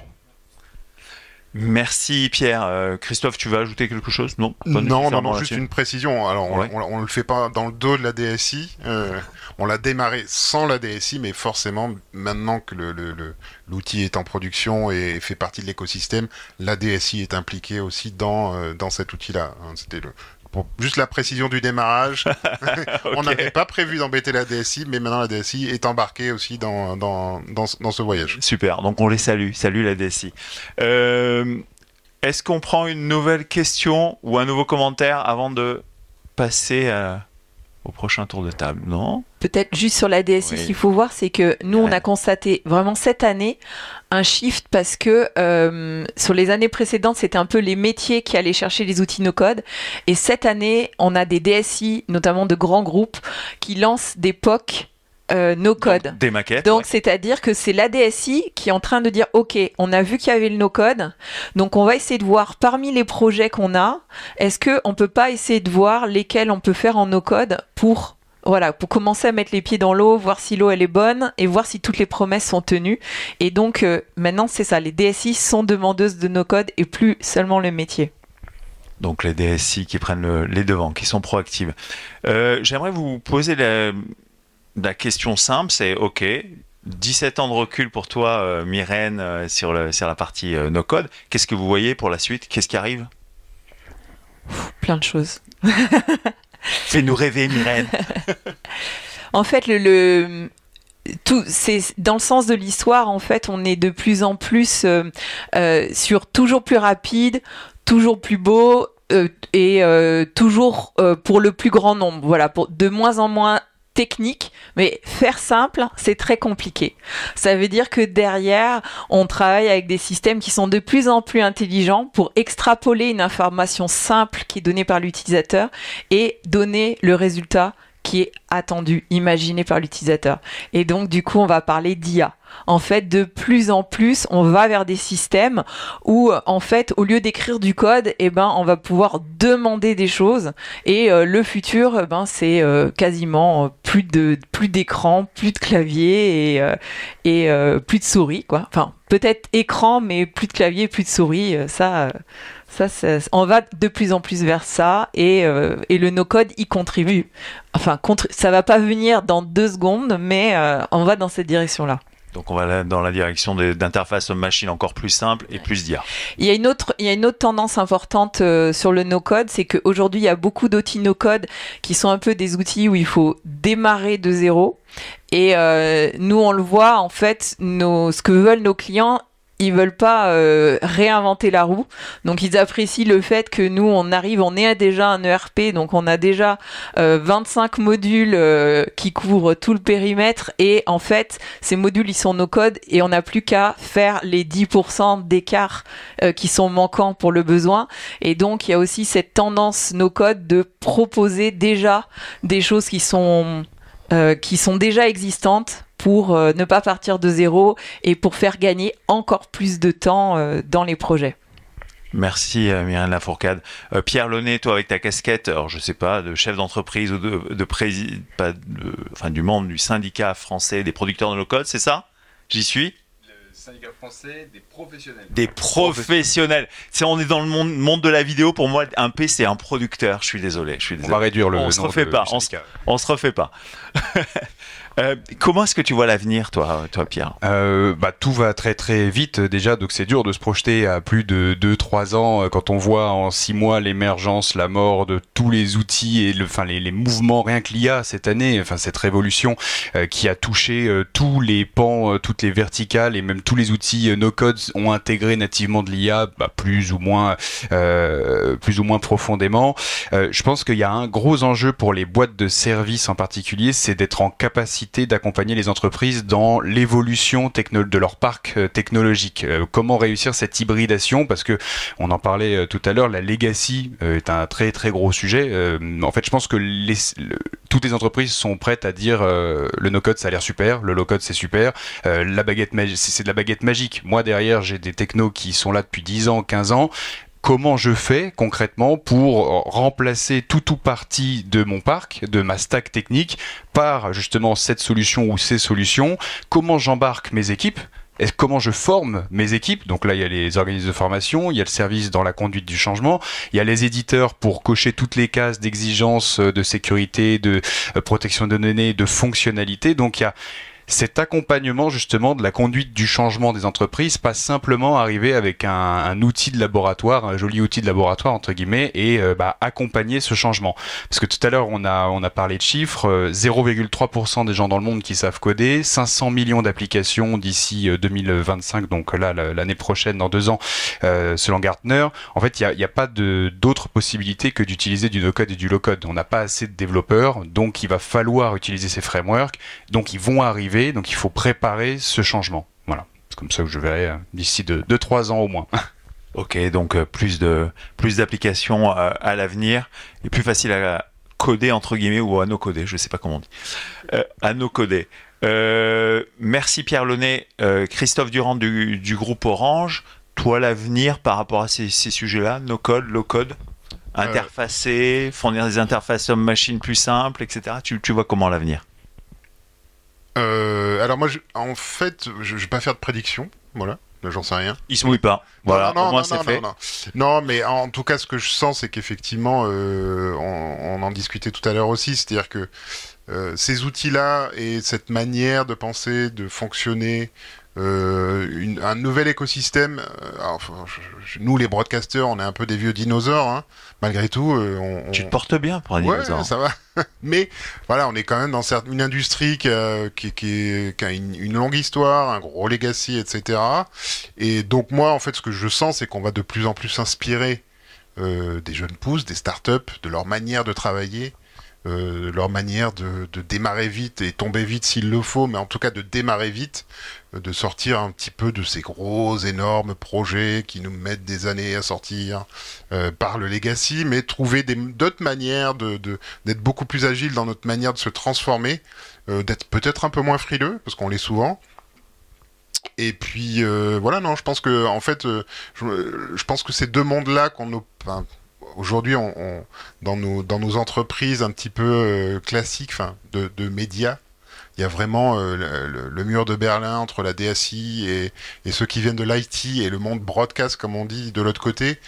Merci Pierre. Christophe, tu veux ajouter quelque chose ? Non, juste une précision. Alors, on le fait pas dans le dos de la DSI. On l'a démarré sans la DSI, mais forcément, maintenant que l'outil est en production et fait partie de l'écosystème, la DSI est impliquée aussi dans cet outil-là. C'était pour juste la précision du démarrage. Okay. On n'avait pas prévu d'embêter la DSI, mais maintenant la DSI est embarquée aussi dans ce voyage. Super, donc on les salue. Salut la DSI. Est-ce qu'on prend une nouvelle question ou un nouveau commentaire avant de passer au prochain tour de table, non? Peut-être juste sur la DSI, Oui. ce qu'il faut voir, c'est que nous, on a constaté vraiment cette année un shift parce que sur les années précédentes, c'était un peu les métiers qui allaient chercher les outils no-code. Et cette année, on a des DSI, notamment de grands groupes, qui lancent des POC no-code. Donc, des maquettes. Donc, ouais. c'est-à-dire que c'est la DSI qui est en train de dire, OK, on a vu qu'il y avait le no-code, donc on va essayer de voir parmi les projets qu'on a, est-ce qu'on peut pas essayer de voir lesquels on peut faire en no-code pour commencer à mettre les pieds dans l'eau, voir si l'eau elle est bonne et voir si toutes les promesses sont tenues. Et donc, maintenant, c'est ça, les DSI sont demandeuses de no-code et plus seulement le métier. Donc les DSI qui prennent les devants, qui sont proactives. J'aimerais vous poser la question simple, c'est OK, 17 ans de recul pour toi, Myrène, sur la partie no-code. Qu'est-ce que vous voyez pour la suite? Qu'est-ce qui arrive? Plein de choses. Fais-nous rêver, Myrène. En fait, tout, c'est dans le sens de l'histoire. En fait, on est de plus en plus sur toujours plus rapide, toujours plus beau et toujours pour le plus grand nombre. Voilà, pour de moins en moins technique, mais faire simple, c'est très compliqué. Ça veut dire que derrière, on travaille avec des systèmes qui sont de plus en plus intelligents pour extrapoler une information simple qui est donnée par l'utilisateur et donner le résultat qui est attendu, imaginé par l'utilisateur. Et donc, du coup, on va parler d'IA. En fait, de plus en plus, on va vers des systèmes où, en fait, au lieu d'écrire du code, on va pouvoir demander des choses. Et le futur, c'est quasiment plus d'écran, plus de clavier et plus de souris, quoi. Enfin, peut-être écran, mais plus de clavier, plus de souris. On va de plus en plus vers ça et le no-code y contribue. Enfin, ça va pas venir dans 2 secondes, mais on va dans cette direction-là. Donc on va dans la direction d'interfaces machine encore plus simples et plus d'IA. Il y a une autre tendance importante sur le no-code, c'est qu'aujourd'hui il y a beaucoup d'outils no-code qui sont un peu des outils où il faut démarrer de zéro. Et nous on le voit en fait, ce que veulent nos clients. Ils veulent pas réinventer la roue, donc ils apprécient le fait que nous on est déjà un ERP, donc on a déjà 25 modules qui couvrent tout le périmètre et en fait ces modules ils sont no code et on n'a plus qu'à faire les 10% d'écart qui sont manquants pour le besoin et donc il y a aussi cette tendance no code de proposer déjà des choses qui sont déjà existantes pour ne pas partir de zéro et pour faire gagner encore plus de temps dans les projets. Merci Myrène Lafourcade. Pierre Launay, toi avec ta casquette, alors je sais pas, de chef d'entreprise ou du membre du syndicat français des producteurs de no-code, c'est ça? J'y suis? Syndicat français des professionnels. Des professionnels. On est dans le monde de la vidéo. Pour moi, un P, c'est un producteur. Je suis désolé. On va réduire le nom. On se refait pas. On se refait pas. Comment est-ce que tu vois l'avenir, toi Pierre? Tout va très très vite déjà, donc c'est dur de se projeter à plus de 2-3 ans quand on voit en 6 mois l'émergence, la mort de tous les outils et les mouvements, rien que l'IA cette année, cette révolution qui a touché tous les pans, toutes les verticales et même tous les outils no-code ont intégré nativement de l'IA, plus ou moins profondément. Je pense qu'il y a un gros enjeu pour les boîtes de services en particulier, c'est d'être en capacité d'accompagner les entreprises dans l'évolution de leur parc technologique. Comment réussir cette hybridation? Parce que on en parlait tout à l'heure, la legacy est un très très gros sujet. En fait, je pense que toutes les entreprises sont prêtes à dire le no-code ça a l'air super, le low-code c'est super, la baguette c'est de la baguette magique. Moi derrière, j'ai des technos qui sont là depuis 10 ans, 15 ans. Comment je fais concrètement pour remplacer tout ou partie de mon parc, de ma stack technique, par justement cette solution ou ces solutions? Comment j'embarque mes équipes? Comment je forme mes équipes? Donc là, il y a les organismes de formation, il y a le service dans la conduite du changement, il y a les éditeurs pour cocher toutes les cases d'exigence de sécurité, de protection de données, de fonctionnalité. Donc il y a cet accompagnement justement de la conduite du changement des entreprises, pas simplement arriver avec un outil de laboratoire, un joli outil de laboratoire entre guillemets, et accompagner ce changement. Parce que tout à l'heure on a parlé de chiffres, 0,3% des gens dans le monde qui savent coder, 500 millions d'applications d'ici 2025, donc là l'année prochaine, dans 2 ans, selon Gartner. En fait, il y a pas d'autres possibilités que d'utiliser du no-code et du low-code. On n'a pas assez de développeurs, donc il va falloir utiliser ces frameworks. Donc ils vont arriver, donc il faut préparer ce changement. Voilà, c'est comme ça que je verrai d'ici 2-3 ans au moins. Ok, donc plus d'applications à l'avenir et plus facile à coder entre guillemets ou à no coder, je sais pas comment on dit, à no coder. Merci Pierre Launay, Christophe Durand du groupe Orange. Toi, l'avenir par rapport à ces sujets-là, no code, low code, interfacer, fournir des interfaces homme-machine plus simples, etc. Tu vois comment l'avenir? Alors moi, en fait, je vais pas faire de prédiction, voilà. Là, j'en sais rien. Il se mouille pas. Voilà, au moins c'est fait. Non, mais en tout cas, ce que je sens, c'est qu'effectivement, on en discutait tout à l'heure aussi, c'est-à-dire que ces outils-là et cette manière de penser, de fonctionner, un nouvel écosystème. Alors, nous, les broadcasters, on est un peu des vieux dinosaures, hein. Malgré tout. Tu te portes bien pour un dinosaure. Ouais, ça va. Mais voilà, on est quand même dans une industrie qui a une longue histoire, un gros legacy, etc. Et donc moi, en fait, ce que je sens, c'est qu'on va de plus en plus s'inspirer des jeunes pousses, des startups, de leur manière de travailler. Leur manière de démarrer vite et tomber vite s'il le faut, mais en tout cas de démarrer vite, de sortir un petit peu de ces gros, énormes projets qui nous mettent des années à sortir par le legacy, mais trouver d'autres manières d'être beaucoup plus agile dans notre manière de se transformer, d'être peut-être un peu moins frileux, parce qu'on l'est souvent. Et puis voilà, non, je pense que en fait, je pense que ces deux mondes-là aujourd'hui, dans nos entreprises un petit peu classiques, de médias, il y a vraiment le mur de Berlin entre la DSI et ceux qui viennent de l'IT et le monde broadcast, comme on dit, de l'autre côté.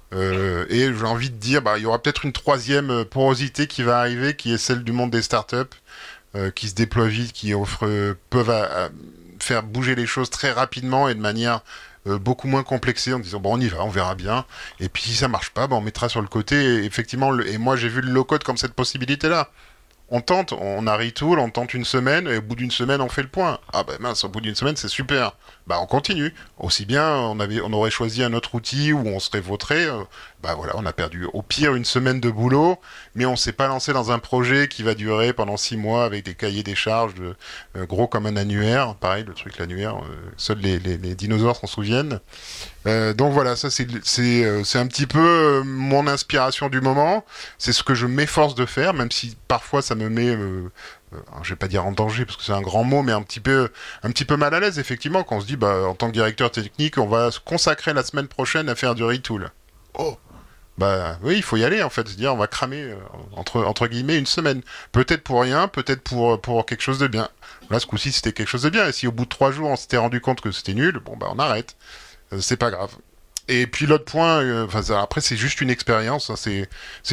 Et j'ai envie de dire, il y aura peut-être une troisième porosité qui va arriver, qui est celle du monde des startups, qui se déploient vite, qui peuvent faire bouger les choses très rapidement et de manière beaucoup moins complexé en disant on y va, on verra bien, et puis si ça marche pas, on mettra sur le côté. Et effectivement, et moi j'ai vu le low-code comme cette possibilité-là. On tente, on a retool, on tente une semaine, et au bout d'une semaine on fait le point. Ah mince, au bout d'une semaine c'est super. On continue. Aussi bien on aurait choisi un autre outil où on serait vautré. Voilà, on a perdu au pire une semaine de boulot, mais on s'est pas lancé dans un projet qui va durer pendant 6 mois avec des cahiers des charges gros comme un annuaire. Pareil, le truc l'annuaire, seuls les dinosaures s'en souviennent. Donc voilà, ça c'est un petit peu mon inspiration du moment. C'est ce que je m'efforce de faire, même si parfois ça me met, je vais pas dire en danger parce que c'est un grand mot, mais un petit peu mal à l'aise effectivement quand on se dit en tant que directeur technique, on va se consacrer la semaine prochaine à faire du retool. Oh. Oui, il faut y aller en fait, se dire on va cramer entre guillemets une semaine. Peut-être pour rien, peut-être pour quelque chose de bien. Là, ce coup-ci, c'était quelque chose de bien. Et si au bout de 3 jours, on s'était rendu compte que c'était nul, on arrête. C'est pas grave. Et puis l'autre point, après c'est juste une expérience. Hein,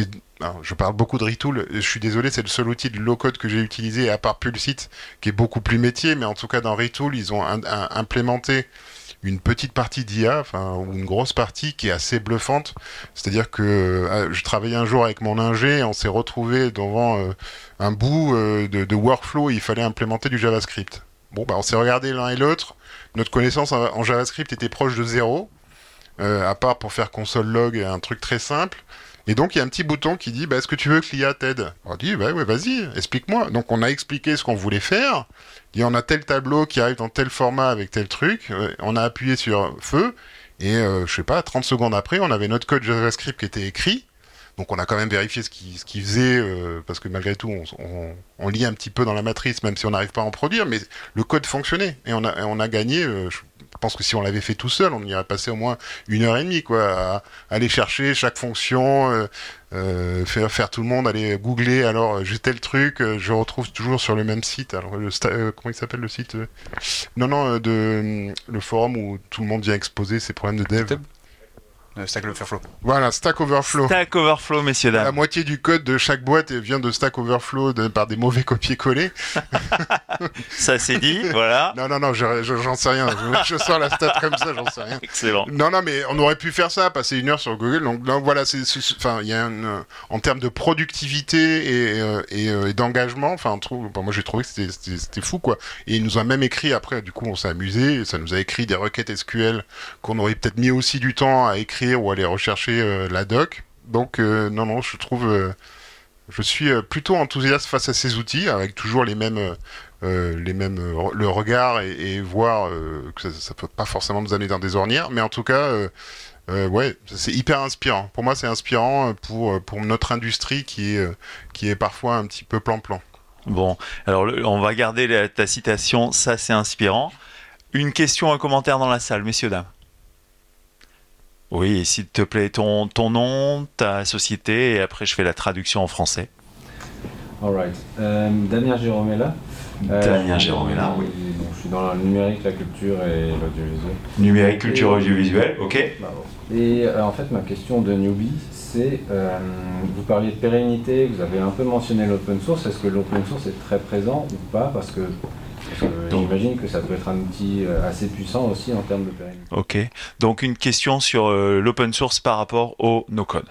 je parle beaucoup de Retool. Je suis désolé, c'est le seul outil de low-code que j'ai utilisé à part Pulsit, qui est beaucoup plus métier. Mais en tout cas, dans Retool, ils ont implémenté une petite partie d'IA, ou une grosse partie qui est assez bluffante. C'est-à-dire que je travaillais un jour avec mon ingé et on s'est retrouvé devant un bout de workflow où il fallait implémenter du JavaScript. On s'est regardé l'un et l'autre. Notre connaissance en JavaScript était proche de 0, à part pour faire console log, un truc très simple. Et donc il y a un petit bouton qui dit est-ce que tu veux que l'IA t'aide? On dit ouais, vas-y, explique-moi. Donc on a expliqué ce qu'on voulait faire. Et on a tel tableau qui arrive dans tel format avec tel truc. On a appuyé sur feu et 30 secondes après, on avait notre code JavaScript qui était écrit. Donc on a quand même vérifié ce qu'il faisait, parce que malgré tout, on lit un petit peu dans la matrice, même si on n'arrive pas à en produire, mais le code fonctionnait. Et on a gagné, je pense que si on l'avait fait tout seul, on y aurait passé au moins 1h30, à aller chercher chaque fonction, faire tout le monde, aller googler, alors j'ai tel truc, je retrouve toujours sur le même site. Alors comment il s'appelle le site le forum où tout le monde vient exposer ses problèmes de dev. Stack Overflow. Voilà, Stack Overflow. Stack Overflow, messieurs, La dames. moitié du code de chaque boîte vient de Stack Overflow par des mauvais copier-coller. Ça c'est dit, voilà. Non, j'en sais rien. Je sors la stat comme ça, j'en sais rien. Excellent. Non, mais on aurait pu faire ça, passer 1 heure sur Google. Donc voilà, enfin, il y a en termes de productivité et d'engagement. Enfin, moi j'ai trouvé que c'était fou, quoi. Et il nous a même écrit après. Du coup, on s'est amusé. Ça nous a écrit des requêtes SQL qu'on aurait peut-être mis aussi du temps à écrire ou à aller rechercher la doc. Donc non, je trouve. Je suis plutôt enthousiaste face à ces outils, avec toujours le regard et voir que ça peut pas forcément nous amener dans des ornières, mais en tout cas, ouais, c'est hyper inspirant. Pour moi, c'est inspirant pour notre industrie qui est parfois un petit peu plan-plan. Bon, alors on va garder ta citation, ça c'est inspirant. Une question, un commentaire dans la salle, messieurs, dames. Oui, s'il te plaît, ton nom, ta société, et après je fais la traduction en français. Alright. Damien Jérôme Damien Jérôme là, oui. Donc, je suis dans le numérique, la culture et l'audiovisuel. Numérique, culture, audiovisuel, ok. Et en fait, ma question de newbie, c'est, vous parliez de pérennité, vous avez un peu mentionné l'open source. Est-ce que l'open source est très présent ou pas? Parce que j'imagine que ça peut être un outil assez puissant aussi en termes de pérennité. Ok, donc une question sur l'open source par rapport au no-code.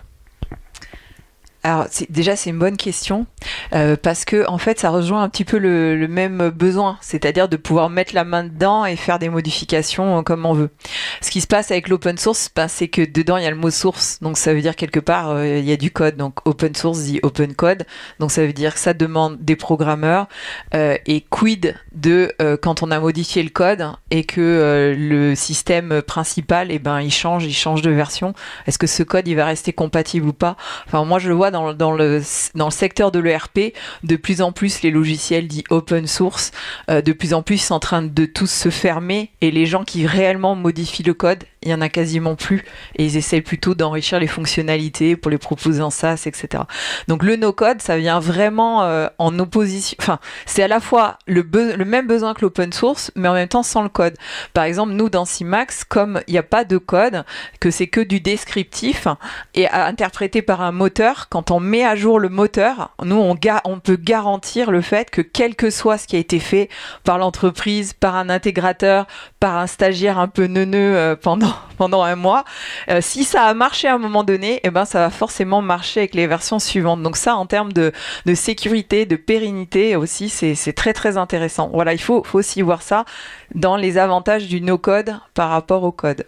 Alors déjà c'est une bonne question parce que en fait ça rejoint un petit peu le même besoin, c'est-à-dire de pouvoir mettre la main dedans et faire des modifications comme on veut. Ce qui se passe avec l'open source, c'est que dedans il y a le mot source, donc ça veut dire quelque part il y a du code, donc open source dit open code, donc ça veut dire que ça demande des programmeurs et quid de quand on a modifié le code et que le système principal il change de version, est-ce que ce code il va rester compatible ou pas? Enfin moi je le vois dans le secteur de l'ERP, de plus en plus les logiciels dits open source, de plus en plus sont en train de tous se fermer et les gens qui réellement modifient le code, il y en a quasiment plus et ils essaient plutôt d'enrichir les fonctionnalités pour les proposer en SaaS, etc. Donc le no-code, ça vient vraiment en opposition, enfin c'est à la fois le même besoin que l'open source, mais en même temps sans le code. Par exemple, nous dans CMAX, comme il n'y a pas de code, que c'est que du descriptif et interprété par un moteur, quand on met à jour le moteur, nous on peut garantir le fait que quel que soit ce qui a été fait par l'entreprise, par un intégrateur, par un stagiaire un peu neuneux pendant un mois, si ça a marché à un moment donné, ça va forcément marcher avec les versions suivantes. Donc ça, en termes de sécurité, de pérennité aussi, c'est très très intéressant. Voilà, il faut aussi voir ça dans les avantages du no-code par rapport au code.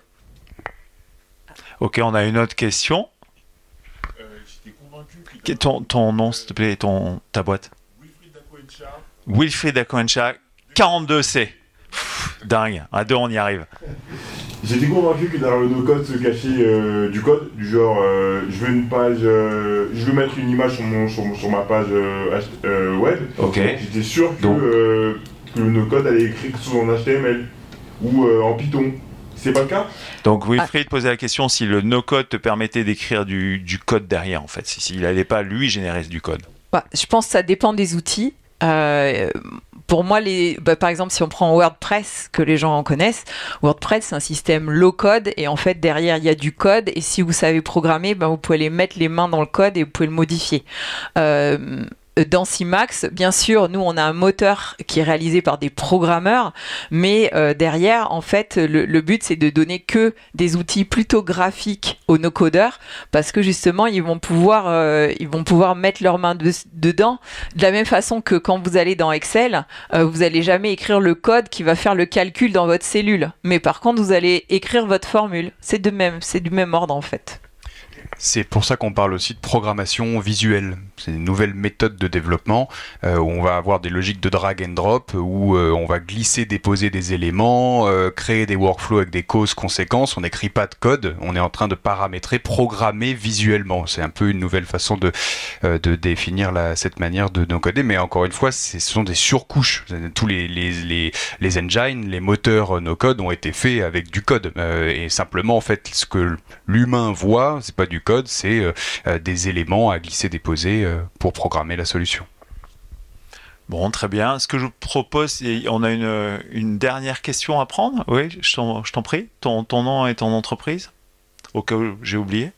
Ok, on a une autre question. J'étais convaincu Ton nom, s'il te plaît, ta boîte. Wilfried Dacoencha, Wilfried Dacoencha, 42C. Dingue, à 2 on y arrive. J'étais convaincu que derrière le no-code se cachait du code, du genre je veux une page, je veux mettre une image sur ma page web. Ok. J'étais sûr que le no-code allait écrire sous en HTML ou en Python. C'est pas le cas? Donc Wilfried posait la question si le no-code te permettait d'écrire du code derrière, en fait, s'il n'allait pas lui générer du code. Je pense que ça dépend des outils. Pour moi, par exemple, si on prend WordPress, que les gens en connaissent, WordPress, c'est un système low-code et en fait, derrière, il y a du code et si vous savez programmer, vous pouvez aller mettre les mains dans le code et vous pouvez le modifier. Dans CMAX, bien sûr, nous, on a un moteur qui est réalisé par des programmeurs, mais derrière, en fait, le but, c'est de donner que des outils plutôt graphiques aux no-codeurs, parce que justement, ils vont pouvoir mettre leurs mains dedans, de la même façon que quand vous allez dans Excel, vous n'allez jamais écrire le code qui va faire le calcul dans votre cellule, mais par contre, vous allez écrire votre formule. C'est du même ordre, en fait. C'est pour ça qu'on parle aussi de programmation visuelle. C'est une nouvelle méthode de développement où on va avoir des logiques de drag and drop, où on va glisser, déposer des éléments, créer des workflows avec des causes, conséquences. On n'écrit pas de code, on est en train de paramétrer, programmer visuellement. C'est un peu une nouvelle façon de définir cette manière de coder. Mais encore une fois, ce sont des surcouches. Tous les engines, les moteurs no-code ont été faits avec du code. Et simplement, en fait, ce que l'humain voit, c'est pas du code, c'est des éléments à glisser, déposer pour programmer la solution. Bon, très bien. Ce que je vous propose, on a une dernière question à prendre. Oui, je t'en prie. Ton nom et ton entreprise. au cas où j'ai oublié.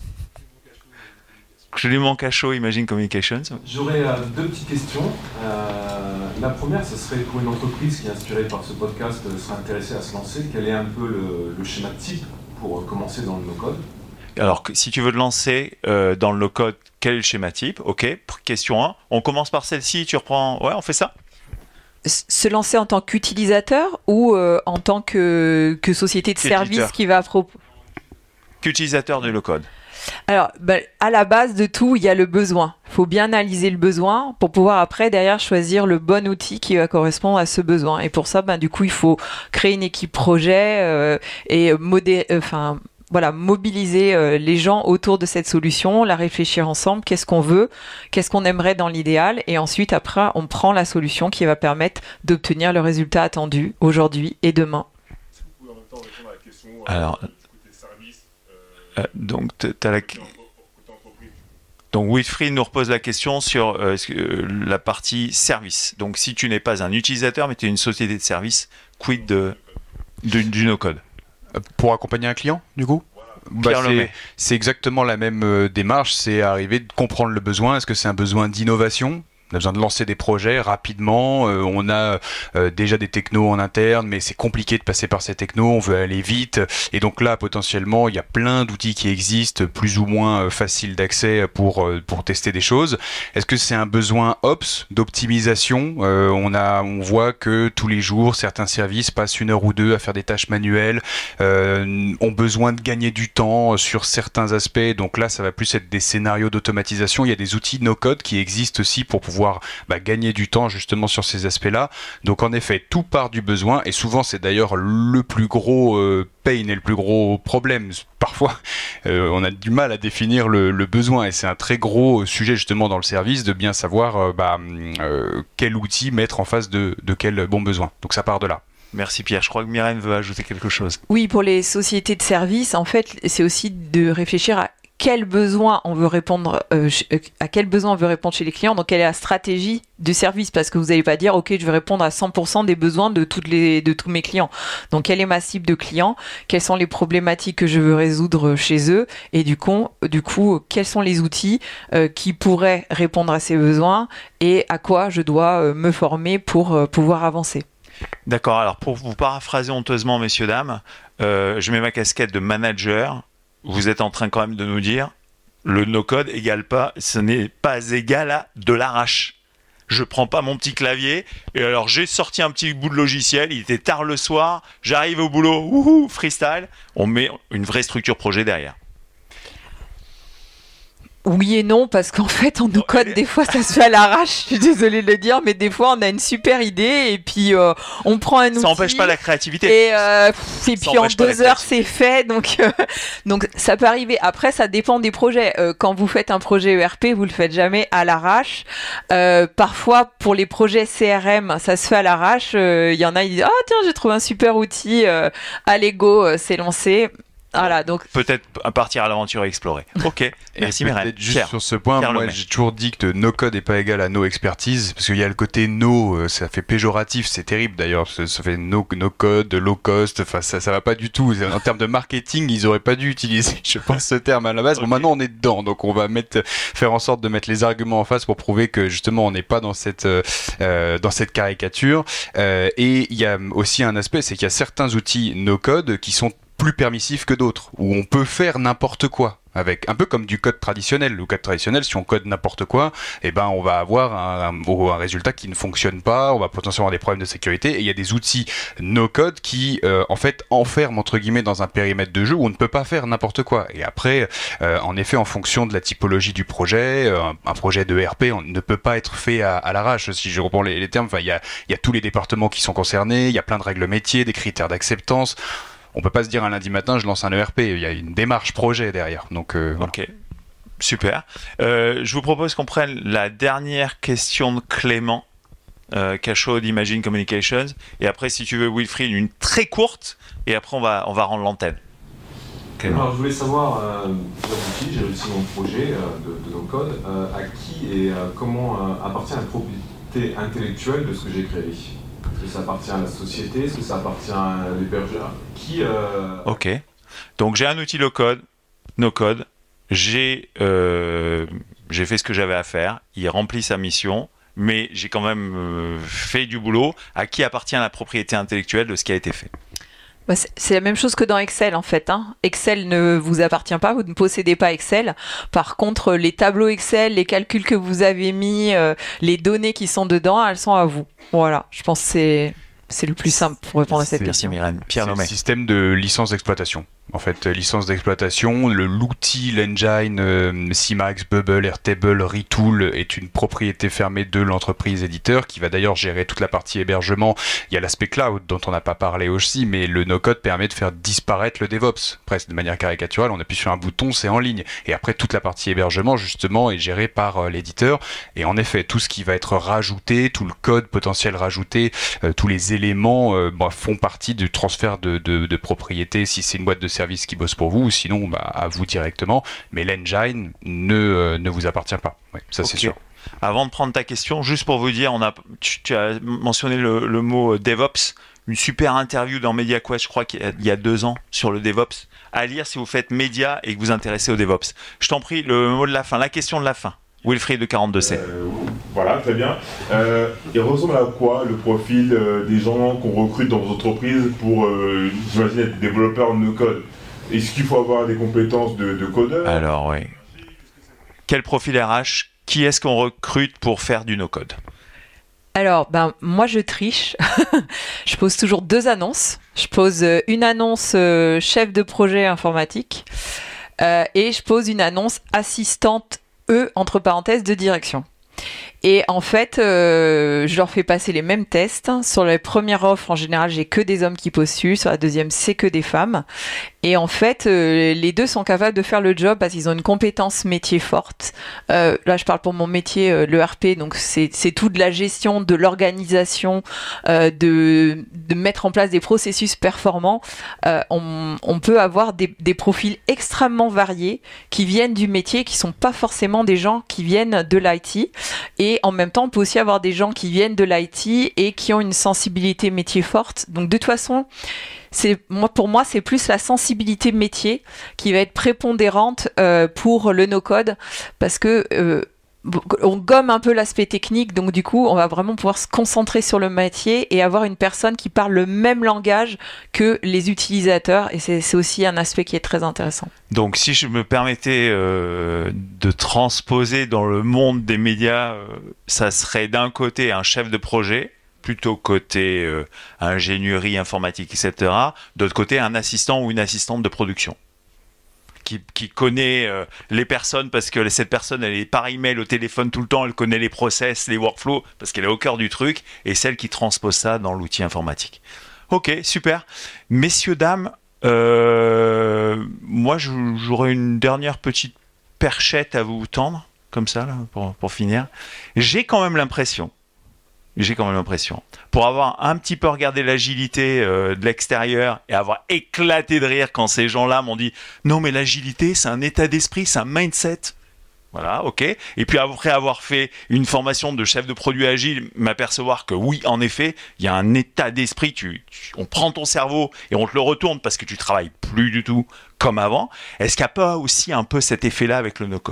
Je lui manque à chaud, Imagine Communications. J'aurais deux petites questions. La première, ce serait pour une entreprise qui est inspirée par ce podcast, serait intéressée à se lancer, quel est un peu le schéma type pour commencer dans le no-code? Alors, si tu veux te lancer dans le no-code, quel est le schéma type? Ok, question 1. On commence par celle-ci, tu reprends... Ouais, on fait ça? Se lancer en tant qu'utilisateur ou en tant que société de service qui va qu'utilisateur de no-code. Alors, à la base de tout, il y a le besoin. Il faut bien analyser le besoin pour pouvoir après, derrière, choisir le bon outil qui va correspondre à ce besoin. Et pour ça, du coup, il faut créer une équipe projet et mobiliser les gens autour de cette solution, la réfléchir ensemble, qu'est-ce qu'on veut, qu'est-ce qu'on aimerait dans l'idéal, et ensuite, après, on prend la solution qui va permettre d'obtenir le résultat attendu aujourd'hui et demain. Est-ce que vous pouvez en même temps répondre à la question du côté service donc, donc Wilfried nous repose la question sur la partie service. Donc si tu n'es pas un utilisateur mais tu es une société de service, quid du no-code? Pour accompagner un client, du coup? C'est exactement la même démarche, c'est arriver de comprendre le besoin. Est-ce que c'est un besoin d'innovation? On a besoin de lancer des projets rapidement, on a déjà des technos en interne, mais c'est compliqué de passer par ces technos, on veut aller vite, et donc là, potentiellement, il y a plein d'outils qui existent, plus ou moins faciles d'accès pour tester des choses. Est-ce que c'est un besoin Ops, d'optimisation? On voit que tous les jours, certains services passent 1 heure ou 2 à faire des tâches manuelles, ont besoin de gagner du temps sur certains aspects, donc là, ça va plus être des scénarios d'automatisation. Il y a des outils no-code qui existent aussi pour pouvoir gagner du temps justement sur ces aspects-là. Donc en effet, tout part du besoin, et souvent c'est d'ailleurs le plus gros pain et le plus gros problème. Parfois, on a du mal à définir le besoin, et c'est un très gros sujet justement dans le service de bien savoir quel outil mettre en face de quel bon besoin. Donc ça part de là. Merci Pierre. Je crois que Myrène veut ajouter quelque chose. Oui, pour les sociétés de services, en fait, c'est aussi de réfléchir à quel besoin on veut répondre, à quel besoin on veut répondre chez les clients, donc quelle est la stratégie du service, parce que vous n'allez pas dire ok, je vais répondre à 100% des besoins de tous mes clients. Donc quelle est ma cible de clients, quelles sont les problématiques que je veux résoudre chez eux, et du coup quels sont les outils qui pourraient répondre à ces besoins, et à quoi je dois me former pour pouvoir avancer. D'accord, alors pour vous paraphraser honteusement, messieurs, dames, je mets ma casquette de manager. Vous êtes en train quand même de nous dire, le no-code ce n'est pas égal à de l'arrache. Je prends pas mon petit clavier, et alors j'ai sorti un petit bout de logiciel, il était tard le soir, j'arrive au boulot, freestyle. On met une vraie structure projet derrière. Oui et non, parce qu'en fait, en no-code, des fois, ça se fait à l'arrache. Je suis désolée de le dire, mais des fois, on a une super idée et puis on prend un outil. Ça n'empêche pas la créativité. Et puis en 2 heures, c'est fait. Donc ça peut arriver. Après, ça dépend des projets. Quand vous faites un projet ERP, vous le faites jamais à l'arrache. Parfois, pour les projets CRM, ça se fait à l'arrache. Il y en a, ils disent « Ah tiens, j'ai trouvé un super outil. Allez, go, c'est lancé. » Voilà, donc... Peut-être partir à l'aventure et explorer. Ok, merci Myrène. Juste sur ce point, moi j'ai toujours dit que no code n'est pas égal à no expertise, parce qu'il y a le côté no, ça fait péjoratif, c'est terrible d'ailleurs, ça fait no code, low cost, enfin ça va pas du tout. En termes de marketing, ils auraient pas dû utiliser, je pense, ce terme à la base. Bon, maintenant on est dedans, donc on va faire en sorte de mettre les arguments en face pour prouver que justement on n'est pas dans cette caricature. Et il y a aussi un aspect, c'est qu'il y a certains outils no code qui sont plus permissif que d'autres, où on peut faire n'importe quoi avec, un peu comme du code traditionnel. Le code traditionnel, si on code n'importe quoi, on va avoir un résultat qui ne fonctionne pas, on va potentiellement avoir des problèmes de sécurité, et il y a des outils no-code qui en fait enferment entre guillemets dans un périmètre de jeu où on ne peut pas faire n'importe quoi. Et après, en effet, en fonction de la typologie du projet, un projet de RP on ne peut pas être fait à l'arrache. Si je reprends les termes, il y a tous les départements qui sont concernés, il y a plein de règles métiers, des critères d'acceptance. On peut pas se dire un lundi matin, je lance un ERP. Il y a une démarche projet derrière. Donc, voilà. Ok, super. Je vous propose qu'on prenne la dernière question de Clément, Cachot d'Imagine Communications. Et après, si tu veux, Wilfried, une très courte. Et après, on va rendre l'antenne. Clément. Alors, je voulais savoir, j'ai réussi mon projet de no-code. À qui et comment appartient la propriété intellectuelle de ce que j'ai créé ? Est-ce que ça appartient à la société? Est-ce que ça appartient à l'hébergeur? Ok. Donc j'ai un outil low-code, no-code, j'ai fait ce que j'avais à faire, il remplit sa mission, mais j'ai quand même fait du boulot. À qui appartient la propriété intellectuelle de ce qui a été fait? Bah, c'est la même chose que dans Excel en fait. Excel ne vous appartient pas, vous ne possédez pas Excel. Par contre, les tableaux Excel, les calculs que vous avez mis, les données qui sont dedans, elles sont à vous. Voilà, je pense que c'est le plus simple pour répondre à cette question. Merci Myrène. Pierre C'est Nomet. le système de licence d'exploitation. En fait, licence d'exploitation, l'outil, l'engine, CMax, Bubble, Airtable, Retool est une propriété fermée de l'entreprise éditeur qui va d'ailleurs gérer toute la partie hébergement. Il y a l'aspect cloud dont on n'a pas parlé aussi, mais le no-code permet de faire disparaître le DevOps. Presque de manière caricaturale, on appuie sur un bouton, c'est en ligne. Et après, toute la partie hébergement, justement, est gérée par l'éditeur. Et en effet, tout ce qui va être rajouté, tout le code potentiel rajouté, tous les éléments font partie du transfert de propriété si c'est une boîte de service qui bosse pour vous, ou sinon à vous directement, mais l'engine ne vous appartient pas. Ouais, ça c'est sûr. Avant de prendre ta question, juste pour vous dire, tu as mentionné le mot DevOps, une super interview dans MediaQuest, je crois qu'il y a 2 ans, sur le DevOps, à lire si vous faites média et que vous intéressez au DevOps. Je t'en prie, le mot de la fin, la question de la fin. Wilfried de 42C. Voilà, très bien. Il ressemble à quoi le profil des gens qu'on recrute dans vos entreprises pour, j'imagine, être développeur no-code? Est-ce qu'il faut avoir des compétences de codeur? Alors, oui. Quel profil RH? Qui est-ce qu'on recrute pour faire du no-code? Alors, moi je triche. Je pose toujours 2 annonces. Je pose une annonce chef de projet informatique et je pose une annonce assistante entre parenthèses de direction. Et en fait, je leur fais passer les mêmes tests. Sur la première offre, en général, j'ai que des hommes qui postulent. Sur la deuxième, c'est que des femmes. Et en fait, les 2 sont capables de faire le job parce qu'ils ont une compétence métier forte. Là, je parle pour mon métier, l'ERP. Donc, c'est tout de la gestion, de l'organisation, de mettre en place des processus performants. On peut avoir des profils extrêmement variés qui viennent du métier, qui sont pas forcément des gens qui viennent de l'IT. Et en même temps, on peut aussi avoir des gens qui viennent de l'IT et qui ont une sensibilité métier forte. Donc, de toute façon, pour moi, c'est plus la sensibilité métier qui va être prépondérante pour le no-code parce que on gomme un peu l'aspect technique, donc du coup, on va vraiment pouvoir se concentrer sur le métier et avoir une personne qui parle le même langage que les utilisateurs. Et c'est aussi un aspect qui est très intéressant. Donc, si je me permettais de transposer dans le monde des médias, ça serait d'un côté un chef de projet, plutôt côté ingénierie, informatique, etc. D'autre côté, un assistant ou une assistante de production qui connaît les personnes parce que cette personne, elle est par email, au téléphone tout le temps, elle connaît les process, les workflows, parce qu'elle est au cœur du truc, et celle qui transpose ça dans l'outil informatique. Ok, super. Messieurs, dames, moi, j'aurais une dernière petite perchette à vous tendre, comme ça, là, pour finir. J'ai quand même l'impression, pour avoir un petit peu regardé l'agilité de l'extérieur et avoir éclaté de rire quand ces gens-là m'ont dit « Non, mais l'agilité, c'est un état d'esprit, c'est un mindset. » Voilà, ok. Et puis après avoir fait une formation de chef de produit agile, m'apercevoir que oui, en effet, il y a un état d'esprit, on prend ton cerveau et on te le retourne parce que tu travailles plus du tout comme avant. Est-ce qu'il n'y a pas aussi un peu cet effet-là avec le no-code ?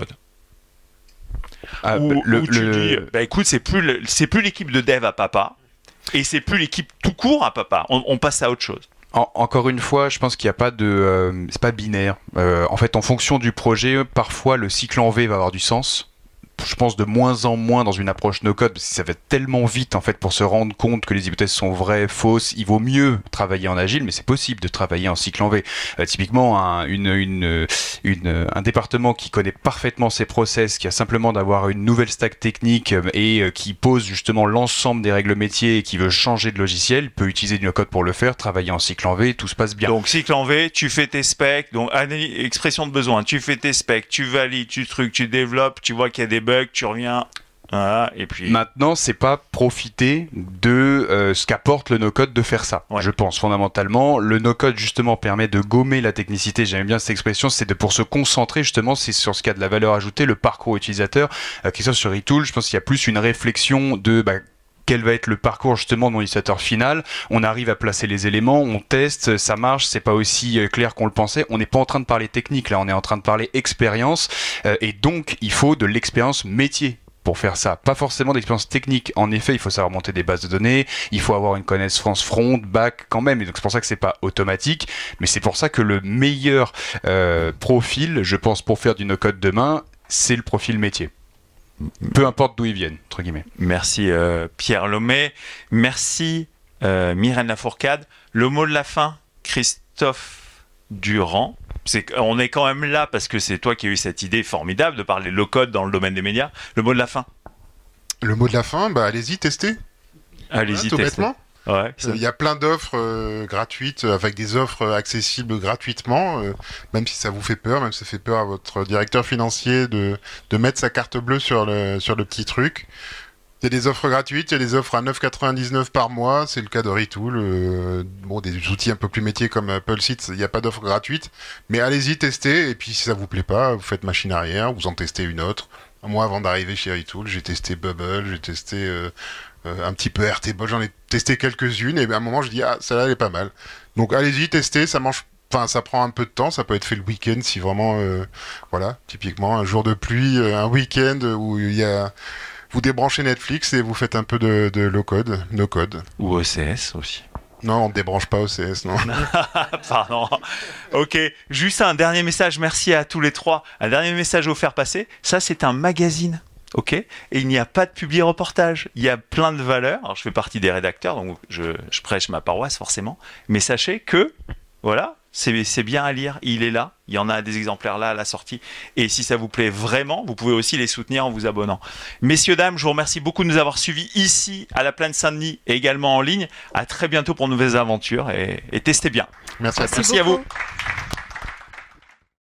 Où tu dis, écoute, c'est plus l'équipe de dev à papa, et c'est plus l'équipe tout court à papa. On passe à autre chose. Encore une fois, je pense qu'il n'y a pas de... c'est pas binaire. En fait, en fonction du projet, parfois le cycle en V va avoir du sens. Je pense de moins en moins dans une approche no-code, parce que ça va tellement vite en fait pour se rendre compte que les hypothèses sont vraies, fausses. Il vaut mieux travailler en agile, mais c'est possible de travailler en cycle en V. Typiquement, un département qui connaît parfaitement ses process, qui a simplement d'avoir une nouvelle stack technique et qui pose justement l'ensemble des règles métiers et qui veut changer de logiciel, peut utiliser du no-code pour le faire, travailler en cycle en V, tout se passe bien. Donc cycle en V, tu fais tes specs, donc expression de besoin, tu fais tes specs, tu valides, tu développes, tu vois qu'il y a des bugs, tu reviens, voilà, et puis... Maintenant, c'est pas profiter de ce qu'apporte le no-code de faire ça. Ouais. Je pense fondamentalement, le no-code justement permet de gommer la technicité. J'aime bien cette expression, pour se concentrer justement, c'est sur ce qui a de la valeur ajoutée, le parcours utilisateur. Christophe sur Retool, je pense qu'il y a plus une réflexion de quel va être le parcours justement de mon utilisateur final. On arrive à placer les éléments, on teste, ça marche, c'est pas aussi clair qu'on le pensait. On n'est pas en train de parler technique là, on est en train de parler expérience, et donc il faut de l'expérience métier pour faire ça, pas forcément d'expérience technique. En effet, il faut savoir monter des bases de données, il faut avoir une connaissance front, back quand même, et donc c'est pour ça que c'est pas automatique, mais c'est pour ça que le meilleur profil, je pense, pour faire du no-code demain, c'est le profil métier. Peu importe d'où ils viennent, entre guillemets. Merci Pierre Lomé, merci Myrène Lafourcade. Le mot de la fin, Christophe Durand. On est quand même là parce que c'est toi qui as eu cette idée formidable de parler low-code dans le domaine des médias. Le mot de la fin. Le mot de la fin, allez-y, testez. Allez-y, tout testez. bêtement. Ouais, Il y a plein d'offres gratuites, avec des offres accessibles gratuitement, même si ça vous fait peur, même si ça fait peur à votre directeur financier de mettre sa carte bleue sur le petit truc. Il y a des offres gratuites, il y a des offres à 9,99 par mois, c'est le cas de Retool. Des outils un peu plus métiers comme Apple Sheets, il n'y a pas d'offre gratuite, mais allez-y, testez, et puis si ça vous plaît pas, vous faites machine arrière, vous en testez une autre. Moi, avant d'arriver chez Retool, j'ai testé Bubble, j'ai testé un petit peu RTBot, j'en ai testé quelques-unes, et à un moment, je dis, celle-là, elle est pas mal. Donc allez-y, testez, ça prend un peu de temps, ça peut être fait le week-end si vraiment, typiquement, un jour de pluie, un week-end où vous débranchez Netflix et vous faites un peu de low-code, no-code. Ou OCS aussi. Non, on ne débranche pas OCS, non. Pardon. Ok, juste un dernier message, merci à tous les trois. Un dernier message à vous faire passer. Ça, c'est un magazine, ok ? Et il n'y a pas de publi-reportage. Il y a plein de valeurs. Alors, je fais partie des rédacteurs, donc je prêche ma paroisse, forcément. Mais sachez que, voilà, c'est bien à lire. Il est là. Il y en a des exemplaires là à la sortie. Et si ça vous plaît vraiment, vous pouvez aussi les soutenir en vous abonnant. Messieurs, dames, je vous remercie beaucoup de nous avoir suivis ici, à la Plaine Saint-Denis et également en ligne. À très bientôt pour de nouvelles aventures et testez bien. Merci à vous.